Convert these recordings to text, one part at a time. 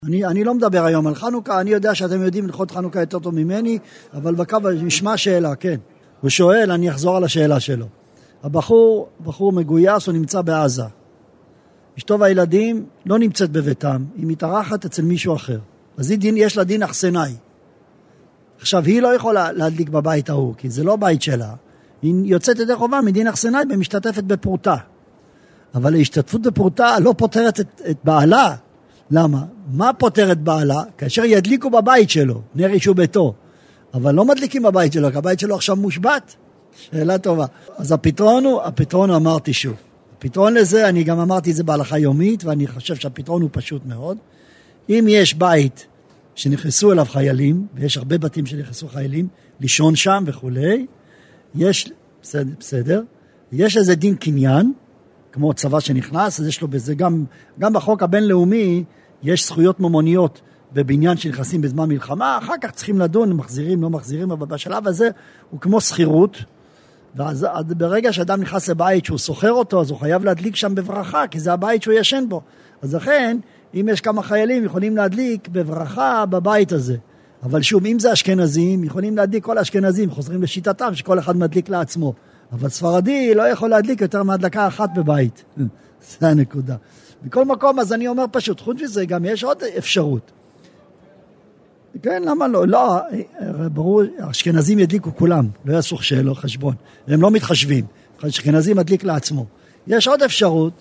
אני לא מדבר היום על חנוכה, אני יודע שאתם יודעים ללכות חנוכה יותר טוב ממני, אבל בקו נשמע שאלה, כן. הוא שואל, אני אחזור על השאלה שלו. הבחור מגויס, הוא נמצא בעזה. אשתו והילדים לא נמצאת בביתם, היא מתארחת אצל מישהו אחר. אז יש לה דין אכסנאי. עכשיו, היא לא יכולה להדליק בבית ההוא, כי זה לא בית שלה. היא יוצאת ידי חובה מדין אכסנאי ומשתתפת בפרוטה. אבל ההשתתפות בפרוטה לא פותרת את בעלה. למה? מה פותרת בעלה? כאשר ידליקו בבית שלו, נר אישו ביתו. אבל לא מדליקים בבית שלו, כי הבית שלו עכשיו מושבת. שאלה טובה. אז הפתרון אמרתי שוב. הפתרון לזה, אני גם אמרתי את זה בהלכה יומית, ואני חושב שהפתרון הוא פשוט מאוד. אם יש בית שנכנסו אליו חיילים, ויש הרבה בתים שנכנסו חיילים, לישון שם וכולי, יש, בסדר, יש איזה דין קניין, כמו צבא שנכנס, אז יש לו בזה גם בחוק הבינלאומי, יש זכויות ממוניות בבניין שנכנסים בזמן מלחמה, אחר כך צריכים לדון, מחזירים, לא מחזירים, אבל בשלב הזה הוא כמו שכירות, ואז ברגע שאדם נכנס לבית שהוא סוחר אותו, אז הוא חייב להדליק שם בברכה, כי זה הבית שהוא ישן בו. אז לכן, אם יש כמה חיילים, יכולים להדליק בברכה בבית הזה. אבל שוב, אם זה אשכנזים, יכולים להדליק כל האשכנזים, חוזרים לשיטתם, שכל אחד מדליק לעצמו. אבל ספרדי לא יכול להדליק יותר מהדלקה אחת בבית. זה הנקודה. בכל מקום, אז אני אומר פשוט, חוץ מזה, גם יש עוד אפשרות. כן, למה לא? לא, ברור, האשכנזים ידליקו כולם, לא יעשו שאלות חשבון. הם לא מתחשבים. האשכנזים מדליק לעצמו. יש עוד אפשרות.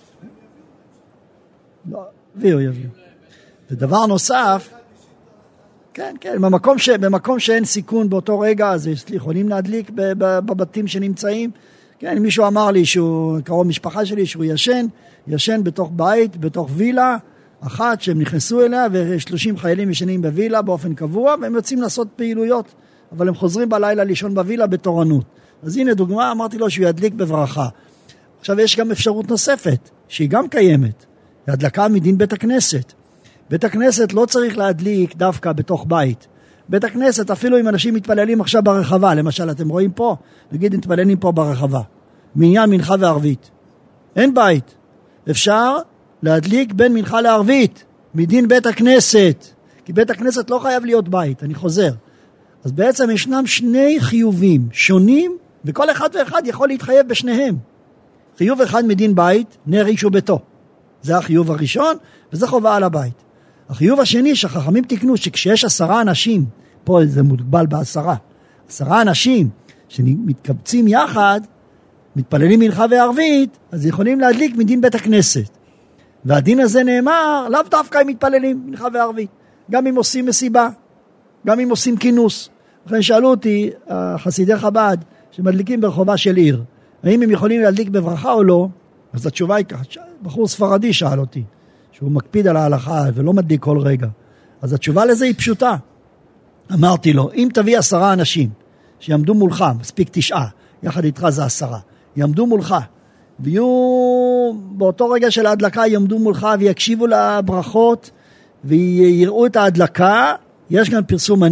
לא, יביאו. ודבר נוסף, כן, במקום שאין סיכון באותו רגע, אז יכולים להדליק בבתים שנמצאים. כן, מישהו אמר לי שהוא, קרוב משפחה שלי, שהוא ישן בתוך בית, בתוך וילה, אחת שהם נכנסו אליה, ו30 חיילים ישנים בווילה באופן קבוע, והם יוצאים לעשות פעילויות, אבל הם חוזרים בלילה לישון בווילה בתורנות. אז הנה דוגמה, אמרתי לו שהוא ידליק בברכה. עכשיו יש גם אפשרות נוספת, שהיא גם קיימת, הדלקה מדין בית הכנסת. בית הכנסת לא צריך להדליק דווקא בתוך בית. בית הכנסת, אפילו אם אנשים מתפללים עכשיו ברחבה, למשל אתם רואים פה, נגיד מתפללים פה ברחבה, מניין מנחה וערבית. אין בית. אפשר להדליק בין מנחה לערבית, מדין בית הכנסת. כי בית הכנסת לא חייב להיות בית, אני חוזר. אז בעצם ישנם שני חיובים שונים, וכל אחד ואחד יכול להתחייב בשניהם. חיוב אחד מדין בית, נר אישו ביתו. זה החיוב הראשון, וזה חובה על הבית. החיוב השני שחכמים תקנו שכשיש 10 אנשים, פה זה מוגבל ב10, 10 אנשים שמתקבצים יחד, מתפללים מנחה וערבית, אז יכולים להדליק מדין בית הכנסת. והדין הזה נאמר, לאו דווקא הם מתפללים מנחה וערבית, גם אם עושים מסיבה, גם אם עושים כינוס. לכן שאלו אותי, חסידי חב"ד, שמדליקים ברחובה של עיר, האם הם יכולים להדליק בברכה או לא? אז התשובה היא ככה, בחור ספרדי שאל אותי, שהוא מקפיד על ההלכה ולא מדליק כל רגע. אז התשובה לזה היא פשוטה. אמרתי לו, אם תביא 10 אנשים שיעמדו מולך, מספיק 9, יחד איתך זה 10, יעמדו מולך, ויהיו באותו רגע של ההדלקה יעמדו מולך ויקשיבו לברכות ויראו את ההדלקה, יש גם פרסום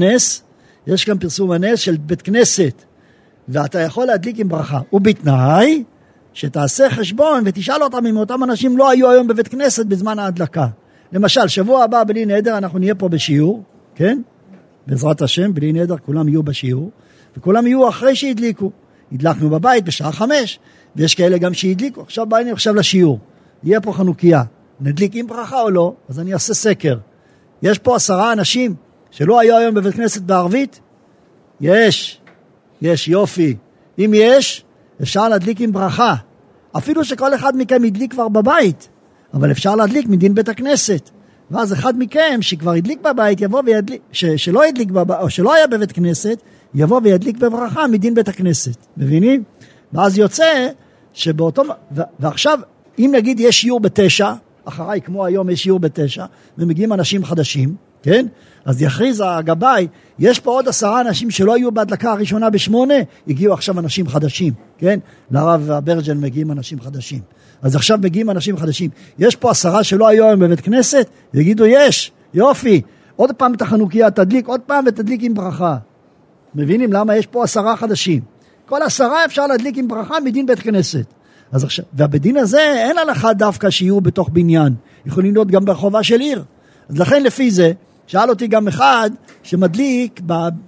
הנס של בית כנסת, ואתה יכול להדליק עם ברכה, ובתנאי שתעשה חשבון ותשאל אותם אם אותם אנשים לא היו היום בבית כנסת בזמן ההדלקה. למשל, שבוע הבא בלי נדר אנחנו נהיה פה בשיעור, כן? בעזרת השם, בלי נדר כולם יהיו בשיעור, וכולם יהיו אחרי שהדליקו. הדלקנו בבית בשעה 5, ויש כאלה גם שהדליקו. עכשיו באים עכשיו לשיעור, יהיה פה חנוכיה, נדליק עם ברכה או לא, אז אני אעשה סקר. יש פה 10 אנשים שלא היו היום בבית כנסת בערבית? יש יופי. אם יש, אפשר להדליק עם ברכה. אפילו שכל אחד מכם ידליק כבר בבית, אבל אפשר להדליק מדין בית הכנסת. ואז אחד מכם שכבר ידליק בבית יבוא וידליק, שלא ידליק בבית, או שלא היה בבית כנסת, יבוא וידליק בברכה מדין בית הכנסת. מבינים? ואז יוצא שבאותו, ועכשיו, אם נגיד יש שיעור ב9, אחריי כמו היום יש שיעור ב9, ומגיעים אנשים חדשים, כן? אז יכריז הגבאי, יש פה עוד 10 אנשים שלא היו בהדלקה הראשונה ב8, הגיעו עכשיו אנשים חדשים, כן? לרב אברג'ל מגיעים אנשים חדשים. אז עכשיו מגיעים אנשים חדשים. יש פה 10 שלא היו היום בבית כנסת? יגידו יש, יופי. עוד פעם את החנוכיה תדליק, עוד פעם ותדליק עם ברכה. מבינים למה יש פה 10 חדשים? כל 10 אפשר להדליק עם ברכה מדין בית כנסת. אז עכשיו, והבדין הזה אין הלכה דווקא שיהיו בתוך בניין. יכולים להיות גם ברחובה של עיר. אז לכן לפי זה, שאל אותי גם אחד שמדליק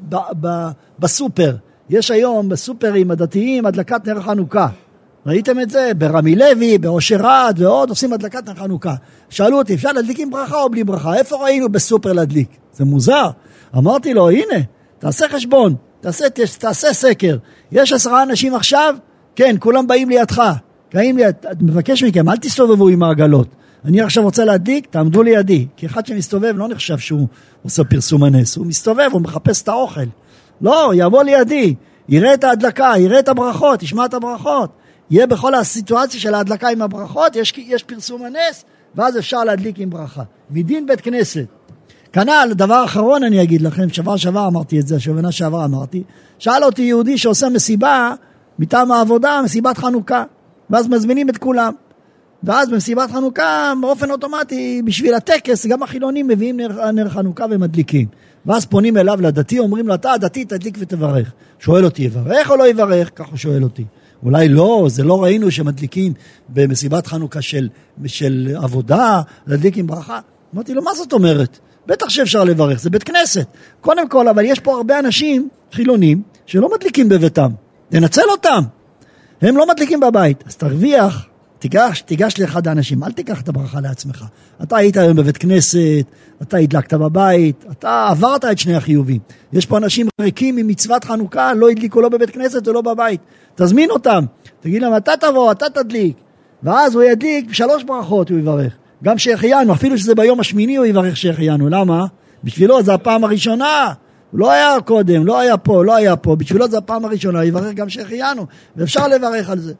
בסופר. יש היום בסופרים הדתיים הדלקת נר חנוכה. ראיתם את זה? ברמי לוי, באושר רד ועוד עושים הדלקת נר חנוכה. שאלו אותי, אפשר להדליק עם ברכה או בלי ברכה? איפה ראינו בסופר להדליק? זה מוזר. אמרתי לו, הנה, תעשה חשבון, תעשה סקר. יש 10 אנשים עכשיו? כן, כולם באים לידך. מבקש מכם, אל תסתובבו עם העגלות. אני עכשיו רוצה להדליק, תעמדו לידי. כי אחד שמסתובב לא נחשב שהוא עושה פרסום הנס. הוא מסתובב, הוא מחפש את האוכל. לא, יבוא לידי, יראה את ההדלקה, יראה את הברכות, ישמע את הברכות. יהיה בכל הסיטואציה של ההדלקה עם הברכות, יש פרסום הנס, ואז אפשר להדליק עם ברכה. מדין בית כנסת. כנ"ל, דבר אחרון אני אגיד לכם, שבוע אמרתי את זה, שבנה שעבר אמרתי, שאל אותי יהודי שעושה מסיבה, מטעם העבודה, מסיבת חנוכה, ואז מזמינים את כולם. ואז במסיבת חנוכה, באופן אוטומטי, בשביל הטקס, גם החילונים מביאים נר חנוכה ומדליקים. ואז פונים אליו לדתי, אומרים לו, אתה הדתי, תדליק ותברך. שואל אותי, יברך או לא יברך? כך הוא שואל אותי. אולי לא, זה לא ראינו שמדליקים במסיבת חנוכה של עבודה, להדליק עם ברכה. אמרתי לו, מה זאת אומרת? בטח שאפשר לברך, זה בית כנסת. קודם כל, אבל יש פה הרבה אנשים חילונים שלא מדליקים בביתם. תנצל אותם. הם לא מדליקים בבית. אז תרוויח, תיגש לאחד האנשים, אל תיקח את הברכה לעצמך. אתה היית היום בבית כנסת, אתה הדלקת בבית, אתה עברת את שני החיובים. יש פה אנשים ריקים ממצוות חנוכה, לא הדליקו לא בבית כנסת ולא בבית. תזמין אותם, תגיד להם, אתה תבוא, אתה תדליק. ואז הוא ידליק 3 ברכות, הוא יברך. גם שהחיינו, אפילו שזה ביום השמיני הוא יברך שהחיינו. למה? בשבילו זה הפעם הראשונה. הוא לא היה קודם, לא היה פה. בשבילו זה הפעם הראשונה, הוא יברך גם שהחיינו. ואפשר לברך על זה.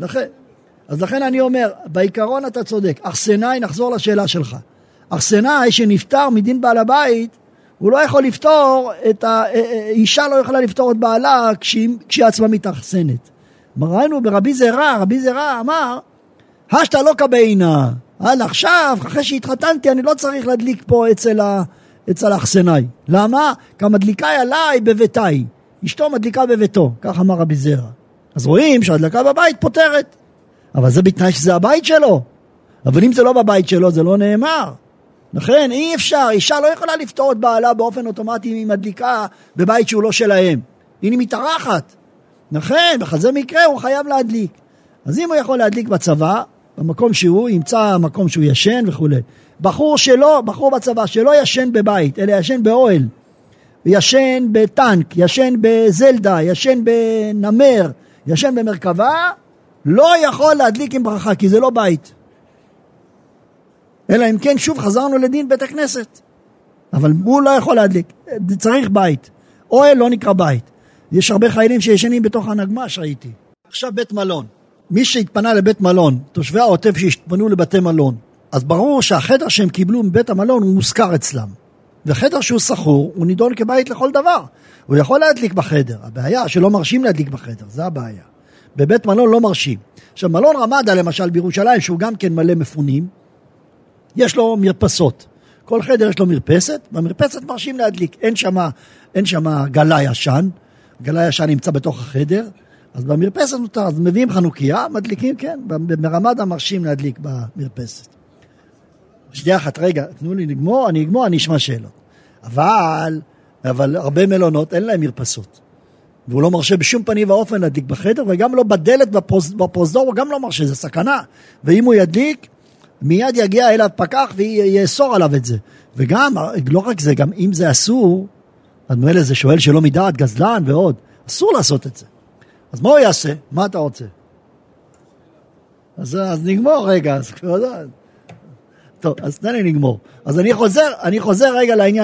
אז לכן אני אומר, בעיקרון אתה צודק. אכסנאי, נחזור לשאלה שלך. אכסנאי שנפטר מדין בעל הבית, הוא לא יכול לפתור אישה לא יכולה לפתור את בעלה כשהיא עצמה מתאכסנת. ראינו ברבי זרע, רבי זרע אמר, השתה לא כבעינה. עכשיו, אחרי שהתחתנתי, אני לא צריך להדליק פה אצל האכסנאי. למה? כי המדליקה היא עליי בביתי. אשתו מדליקה בביתו, כך אמר רבי זרע. אז רואים שההדלקה בבית פותרת. אבל זה בתנאי שזה הבית שלו. אבל אם זה לא בבית שלו, זה לא נאמר. לכן, אי אפשר, אישה לא יכולה לפתור את בעלה באופן אוטומטי אם היא מדליקה בבית שהוא לא שלהם. היא מתארחת. לכן, בכזה מקרה הוא חייב להדליק. אז אם הוא יכול להדליק בצבא, במקום שהוא, ימצא מקום שהוא ישן וכו'. בחור בצבא שלא ישן בבית, אלא ישן באוהל. ישן בטנק, ישן בזלדה, ישן בנמר, ישן במרכבה, לא יכול להדליק עם ברכה, כי זה לא בית. אלא אם כן שוב חזרנו לדין בית הכנסת. אבל הוא לא יכול להדליק, צריך בית. אוהל לא נקרא בית. יש הרבה חיילים שישנים בתוך הנגמש, ראיתי. עכשיו בית מלון. מי שהתפנה לבית מלון, תושבי העוטף שהתפנו לבתי מלון, אז ברור שהחדר שהם קיבלו מבית המלון הוא מוזכר אצלם. וחדר שהוא סחור, הוא נידון כבית לכל דבר. הוא יכול להדליק בחדר. הבעיה שלא מרשים להדליק בחדר, זה הבעיה. בבית מלון לא מרשים. עכשיו מלון רמדה למשל בירושלים, שהוא גם כן מלא מפונים, יש לו מרפסות. כל חדר יש לו מרפסת, במרפסת מרשים להדליק. אין שם גלה ישן, גלה ישן נמצא בתוך החדר, אז במרפסת נותר, אז מביאים חנוכיה, מדליקים, כן, ברמדה מרשים להדליק במרפסת. שנייה אחת, רגע, תנו לי לגמור, אני אשמע שאלות. אבל הרבה מלונות אין להם מרפסות. והוא לא מרשה בשום פנים ואופן להדליק בחדר, וגם לא בדלת בפרוזדור, הוא גם לא מרשה, זה סכנה. ואם הוא ידליק, מיד יגיע אליו פקח ויאסור עליו את זה. וגם, לא רק זה, גם אם זה אסור, אז מילא זה שואל שלא מדעת, גזלן ועוד, אסור לעשות את זה. אז מה הוא יעשה? מה אתה רוצה? אז נגמור רגע, טוב, אז תן לי נגמור. אז אני חוזר רגע לעניין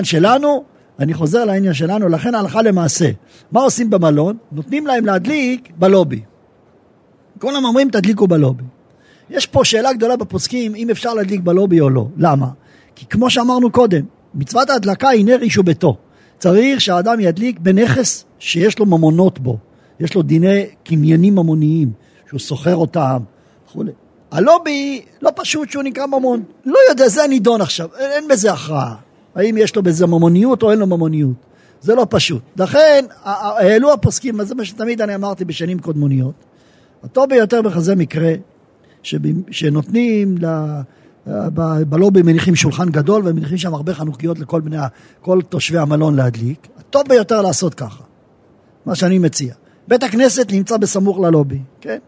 שלנו, לכן הלכה למעשה. מה עושים במלון? נותנים להם להדליק בלובי. כולם אומרים תדליקו בלובי. יש פה שאלה גדולה בפוסקים, אם אפשר להדליק בלובי או לא. למה? כי כמו שאמרנו קודם, מצוות ההדלקה היא נר איש וביתו. צריך שהאדם ידליק בנכס שיש לו ממונות בו. יש לו דיני קניינים ממוניים, שהוא סוחר אותם, וכו'. הלובי לא פשוט שהוא נקרא ממון. לא יודע, זה נידון עכשיו, אין בזה הכרעה. האם יש לו בזה ממוניות או אין לו ממוניות. זה לא פשוט. לכן, העלו הפוסקים, זה מה שתמיד אני אמרתי בשנים קודמוניות, הטוב ביותר בכזה מקרה, שנותנים בלובי מניחים שולחן גדול, ומניחים שם הרבה חנוכיות כל תושבי המלון להדליק. הטוב ביותר לעשות ככה, מה שאני מציע. בית הכנסת נמצא בסמוך ללובי, כן?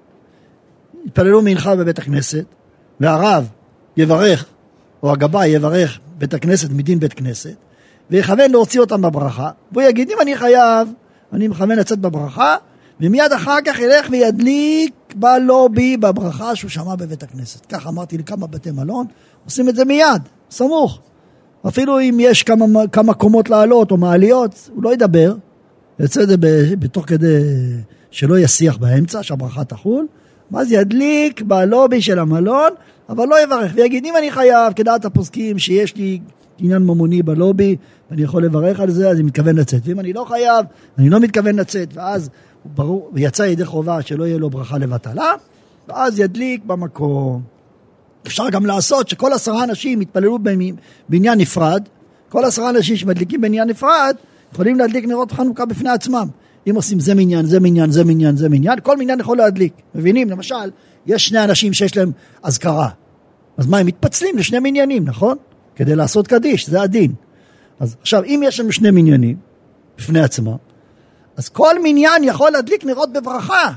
התפללו מנחה בבית הכנסת, והרב יברך, או הגבאי יברך בית הכנסת מדין בית כנסת, ויכוון להוציא אותם בברכה, והוא יגיד, אם אני חייב, אני מכוון לצאת בברכה, ומיד אחר כך ילך וידליק בלובי בברכה שהוא שמע בבית הכנסת. כך אמרתי לכמה בתי מלון, עושים את זה מיד, סמוך. אפילו אם יש כמה קומות לעלות או מעליות, הוא לא ידבר, יצא את זה בתוך כדי שלא ישיח באמצע, שהברכה תחול, ואז ידליק בלובי של המלון, אבל לא יברך, ויגיד, אם אני חייב, כדעת הפוסקים שיש לי עניין ממוני בלובי, ואני יכול לברך על זה, אז אני מתכוון לצאת. ואם אני לא חייב, אני לא מתכוון לצאת, ואז הוא ברור, ויצא ידי חובה שלא יהיה לו ברכה לבטלה, ואז ידליק במקום. אפשר גם לעשות שכל 10 אנשים יתפללו בעניין נפרד, כל 10 אנשים שמדליקים בעניין נפרד, יכולים להדליק נרות חנוכה בפני עצמם. אם עושים זה מניין, זה מניין, זה מניין, זה מניין, כל מניין יכול להדליק. מבינים? למשל, יש 2 אנשים שיש להם אזכרה. אז מה, הם מתפצלים ל2 מניינים, נכון? כדי לעשות קדיש, זה הדין. אז עכשיו, אם יש לנו 2 מניינים, בפני עצמם, אז כל מניין יכול להדליק נרות בברכה.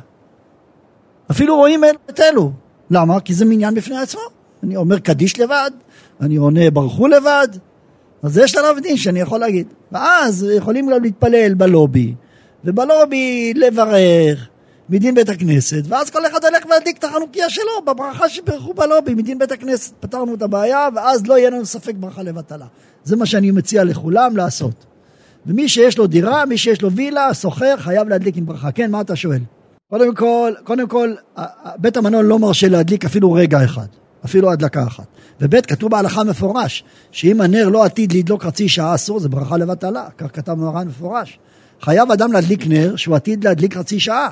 אפילו רואים את אלו. למה? כי זה מניין בפני עצמו. אני אומר קדיש לבד, אני עונה ברכו לבד, אז יש לנו דין שאני יכול להגיד. ואז יכולים גם להתפלל בלובי, ובלובי לברך מדין בית הכנסת, ואז כל אחד הולך להדליק את החנוכיה שלו, בברכה שברכו בלובי מדין בית הכנסת. פתרנו את הבעיה, ואז לא יהיה לנו ספק ברכה לבטלה. זה מה שאני מציע לכולם לעשות. ומי שיש לו דירה, מי שיש לו וילה, סוחר, חייב להדליק עם ברכה. כן, מה אתה שואל? קודם כל, בית המלון לא מרשה להדליק אפילו רגע אחד, אפילו הדלקה אחת. ובית כתוב בהלכה מפורש, שאם הנר לא עתיד לדלוק חצי שעה אסור, זה ברכה לבטלה, כך כתב מרן מפורש. חייב אדם להדליק נר שהוא עתיד להדליק חצי שעה.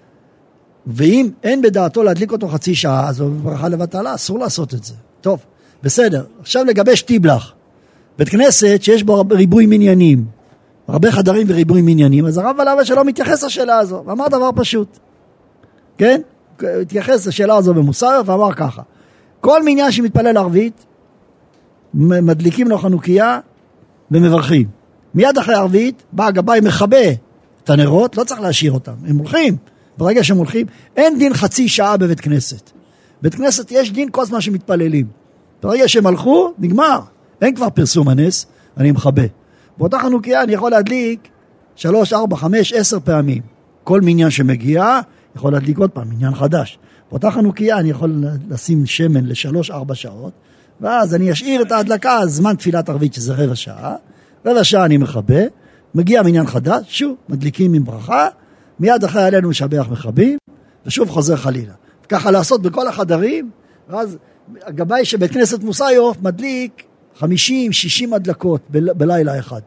ואם אין בדעתו להדליק אותו חצי שעה, אז זה ברכה לבטלה, אסור לעשות את זה. טוב, בסדר. עכשיו לגבי שטיבלח. בית כנסת שיש בו ריבוי מניינים, הרבה חדרים וריבוי מניינים, אז הרב עליו שלא מתייחס לשאלה הזו, ואמר דבר פשוט. כן? התייחס לשאלה הזו במוסר, ואמר ככה. כל מניין שמתפלל ערבית, מדליקים לו חנוכיה ומברכים. מיד אחרי ערבית, בא הגבאי מכבה את הנרות, לא צריך להשאיר אותם, הם הולכים. ברגע שהם הולכים, אין דין חצי שעה בבית כנסת. בית כנסת יש דין כל זמן שמתפללים. ברגע שהם הלכו, נגמר. אין כבר פרסום הנס, אני מכבה. באותה חנוכיה אני יכול להדליק 3, 4, 5, 10 פעמים. כל מניין שמגיע, יכול להדליק עוד פעם, מניין חדש. באותה חנוכיה אני יכול לשים שמן ל3, 4 שעות, ואז אני אשאיר את ההדלקה, זמן תפילת ערבית שזה רבע שעה, רבע שעה אני מכבה, מגיע מניין חדש, שוב, מדליקים עם ברכה, מיד אחרי עלינו משבח מכבים, ושוב חוזר חלילה. ככה לעשות בכל החדרים, ואז הגבאי שבית כנסת מוסיוף מדליק 50-60 הדלקות בלילה אחד.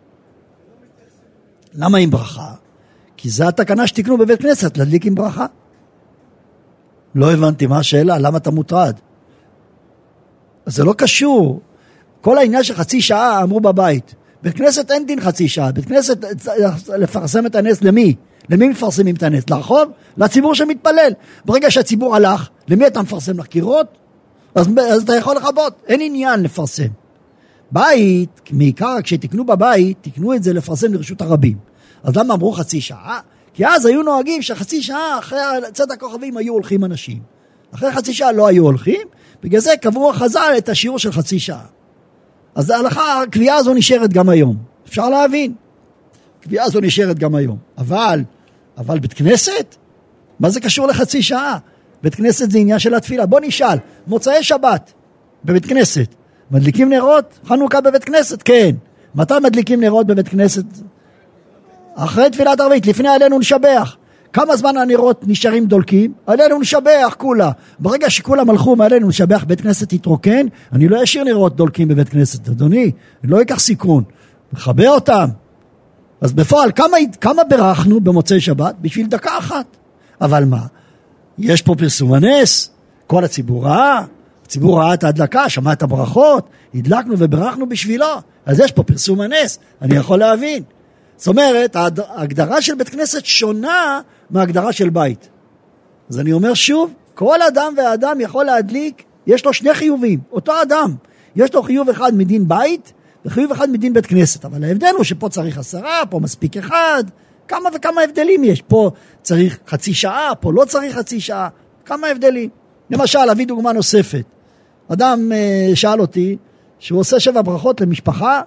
למה עם ברכה? כי זה התקנה שתקנו בבית כנסת, להדליק עם ברכה. לא הבנתי מה השאלה, למה אתה מוטרד? זה לא קשור. כל העניין של חצי שעה אמרו בבית. בית כנסת אין דין חצי שעה. בית כנסת לפרסם את הנס למי? למי מפרסמים את הנס? לרחוב? לציבור שמתפלל. ברגע שהציבור הלך, למי אתה מפרסם? לקירות? אז אתה יכול לחבות. אין עניין לפרסם. בית, מעיקר כשתקנו בבית, תקנו את זה לפרסם לרשות הרבים. אז למה אמרו חצי שעה? כי אז היו נוהגים שחצי שעה אחרי צד הכוכבים היו הולכים אנשים. אחרי חצי שעה לא היו הולכים, בגלל זה קבעו החז"ל את השיעור של חצי שעה. אז ההלכה, הקביעה הזו נשארת גם היום. אפשר להבין. הקביעה הזו נשארת גם היום. אבל בית כנסת? מה זה קשור לחצי שעה? בית כנסת זה עניין של התפילה. בוא נשאל, מוצאי שבת בבית כנסת, מדליקים נרות? חנוכה בבית כנסת? כן. מתי מדליקים נרות בבית כנסת? אחרי תפילת ערבית, לפני עלינו נשבח. כמה זמן הנרות נשארים דולקים? עלינו נשבח כולה. ברגע שכולם הלכו מעלינו נשבח, בית כנסת יתרוקן, אני לא אשאיר נרות דולקים בבית כנסת, אדוני, אני לא אקח סיכון, מחבר אותם. אז בפועל, כמה ברכנו במוצאי שבת? בשביל דקה אחת. אבל מה? יש פה פרסום הנס, כל הציבור ראה, הציבור ראה את ההדלקה, שמע את הברכות, הדלקנו וברכנו בשבילו, אז יש פה פרסום הנס, אני יכול להבין. זאת אומרת, ההגדרה של בית כנסת שונה מההגדרה של בית. אז אני אומר שוב, כל אדם ואדם יכול להדליק יש לו שני חיובים, אותו אדם, יש לו חיוב אחד מדין בית, וחיוב אחד מדין בית כנסת, אבל ההבדל הוא שפה צריך 10, פה מספיק אחד, כמה וכמה הבדלים יש, פה צריך חצי שעה, פה לא צריך חצי שעה, כמה הבדלים. למשל, אביא דוגמה נוספת, אדם שאל אותי, שהוא עושה 7 ברכות למשפחה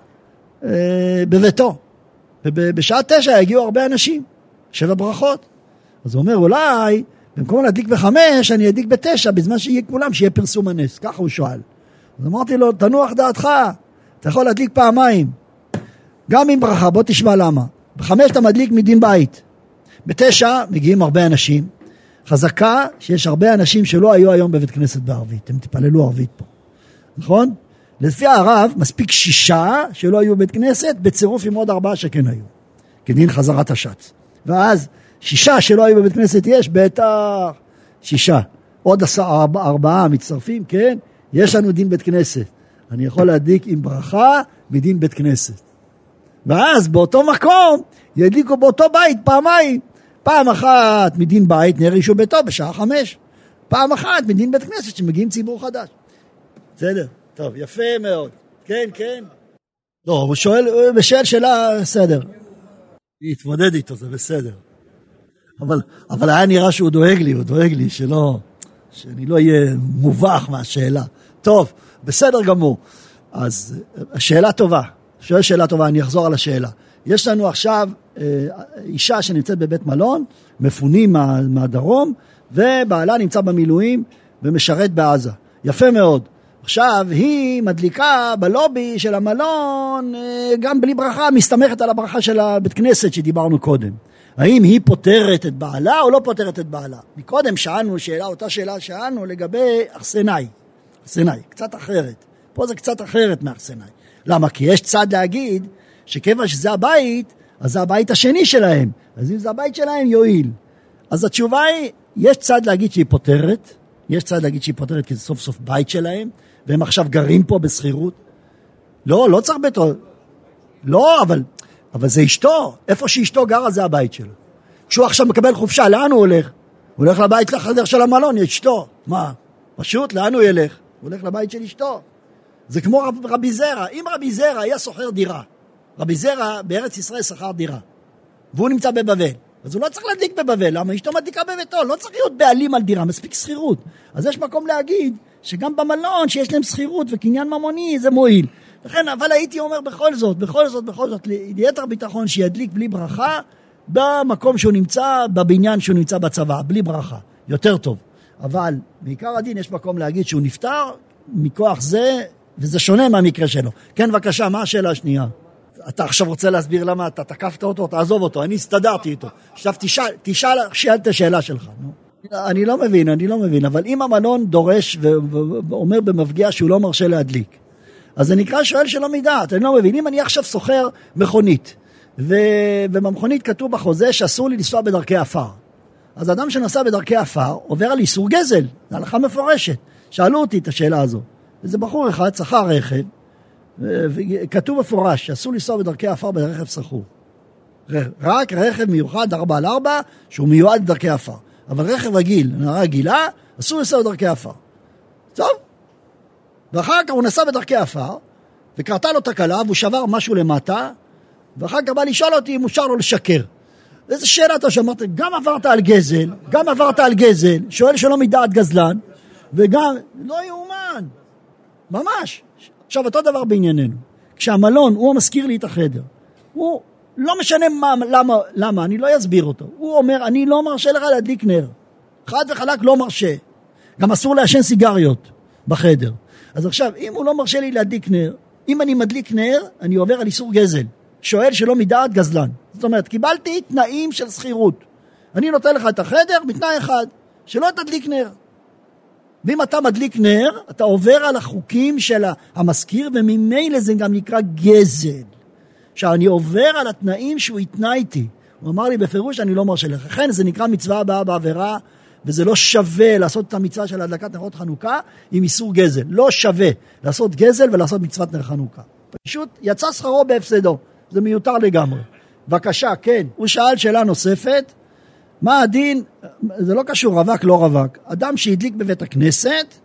בביתו, ובשעה 9 הגיעו הרבה אנשים, 7 ברכות, אז הוא אומר, אולי, במקום להדליק ב5, אני אדליק ב9, בזמן שיהיה כולם, שיהיה פרסום הנס, ככה הוא שואל. אז אמרתי לו, תנוח דעתך, אתה יכול להדליק פעמיים, גם עם ברכה, בוא תשמע למה. ב5 אתה מדליק מדין בית, ב9 מגיעים הרבה אנשים, חזקה שיש הרבה אנשים שלא היו היום בבית כנסת בערבית, הם תפללו ערבית פה, נכון? לפי הרב, מספיק 6 שלא היו בבית כנסת, בצירוף עם עוד 4 שכן היו, כדין חזרת השץ. ואז 6 שלא היו בבית כנסת יש, בטח 6. עוד 4 מצטרפים, כן? יש לנו דין בית כנסת. אני יכול להדליק עם ברכה מדין בית כנסת. ואז באותו מקום, ידליקו באותו בית פעמיים. פעם אחת מדין בית, נר אישו ביתו בשעה 5. פעם אחת מדין בית כנסת שמגיעים ציבור חדש. בסדר? טוב, יפה מאוד. כן, כן. לא, הוא שואל, בשאל שאלה, בסדר. להתמודד איתו, זה בסדר. אבל היה נראה שהוא דואג לי, שאני לא אהיה מובך מהשאלה. טוב, בסדר גמור. אז השאלה טובה, שאלה טובה, אני אחזור על השאלה. יש לנו עכשיו אישה שנמצאת בבית מלון, מפונים מהדרום, ובעלה נמצא במילואים ומשרת בעזה. יפה מאוד. עכשיו היא מדליקה בלובי של המלון, גם בלי ברכה, מסתמכת על הברכה של הבית כנסת שדיברנו קודם. האם היא פותרת את בעלה או לא פותרת את בעלה? מקודם שאלנו אותה שאלה שאלנו לגבי אכסנאי, קצת אחרת. פה זה קצת אחרת מאכסנאי. למה? כי יש צד להגיד שכיוון שזה הבית, אז זה הבית השני שלהם. אז אם זה הבית שלהם, יועיל. אז התשובה היא, יש צד להגיד שהיא פותרת, כי זה סוף סוף בית שלהם, והם עכשיו גרים פה בסחירות. לא צריך ביתו. לא, אבל זה אשתו. איפה שאשתו גרה זה הבית שלו. כשהוא עכשיו מקבל חופשה, לאן הוא הולך? הוא הולך לבית לחדר של המלון, אשתו. מה? פשוט, לאן הוא ילך? הוא הולך לבית של אשתו. זה כמו רבי זרע. אם רבי זרע היה סוחר דירה, רבי זרע בארץ ישראל שכר דירה, והוא נמצא בבבל, אז הוא לא צריך להדליק בבבל, למה אשתו מדליקה בביתו, לא צריך להיות בעלים על דירה, מספיק שכירות. אז יש מקום להגיד שגם במלון שיש להם שכירות וקניין ממוני זה מועיל. לכן, אבל הייתי אומר בכל זאת, ליתר ביטחון שידליק בלי ברכה, במקום שהוא נמצא, בבניין שהוא נמצא בצבא, בלי ברכה, יותר טוב. אבל בעיקר הדין יש מקום להגיד שהוא נפטר מכוח זה, וזה שונה מהמקרה שלו. כן, בבקשה, מה השאלה השנייה? אתה עכשיו רוצה להסביר למה אתה תקפת אותו, תעזוב אותו, אני הסתדרתי איתו. עכשיו שאל את השאלה שלך. אני לא מבין, אבל אם המלון דורש ואומר במפגיע שהוא לא מרשה להדליק, אז זה נקרא שואל שלא מדעת, אני לא מבין. אם אני עכשיו סוחר מכונית, ובמכונית כתוב בחוזה שאסור לי לנסוע בדרכי עפר, אז אדם שנסע בדרכי עפר עובר על איסור גזל, זה הלכה מפורשת. שאלו אותי את השאלה הזו, וזה בחור אחד, שכר רכב, וכתוב מפורש שאסור לנסוע בדרכי עפר ברכב סחור. רק רכב מיוחד 4x4 שהוא מיועד בדרכי עפר. אבל רכב רגיל, נערה רגילה, אסור לנסוע בדרכי עפר. טוב. ואחר כך הוא נסע בדרכי עפר, וקרתה לו תקלה, והוא שבר משהו למטה, ואחר כך בא לשאול אותי אם אפשר לו לשקר. איזה שאלה אתה שאמרת, גם עברת על גזל, שואל שלא מדעת גזלן, וגם, לא יאומן. ממש. עכשיו, אותו דבר בענייננו. כשהמלון, הוא מזכיר לי את החדר. הוא לא משנה למה, אני לא אסביר אותו. הוא אומר, אני לא מרשה לך להדליק נר. חד וחלק לא מרשה. גם אסור לעשן סיגריות בחדר. אז עכשיו, אם הוא לא מרשה לי להדליק נר, אם אני מדליק נר, אני עובר על איסור גזל. שואל שלא מדעת גזלן. זאת אומרת, קיבלתי תנאים של שכירות. אני נותן לך את החדר בתנאי אחד, שלא תדליק נר. ואם אתה מדליק נר, אתה עובר על החוקים של המזכיר, וממילא זה גם נקרא גזל. שאני עובר על התנאים שהוא התנה איתי. הוא אמר לי בפירוש, אני לא מרשה לך. לכן זה נקרא מצווה הבאה בעבירה, וזה לא שווה לעשות את המצווה של הדלקת נרות חנוכה עם איסור גזל. לא שווה לעשות גזל ולעשות מצוות נר חנוכה. פשוט יצא שכרו בהפסדו. זה מיותר לגמרי. בבקשה, כן. הוא שאל שאלה נוספת. מה הדין? זה לא קשור רווק, לא רווק. אדם שהדליק בבית הכנסת,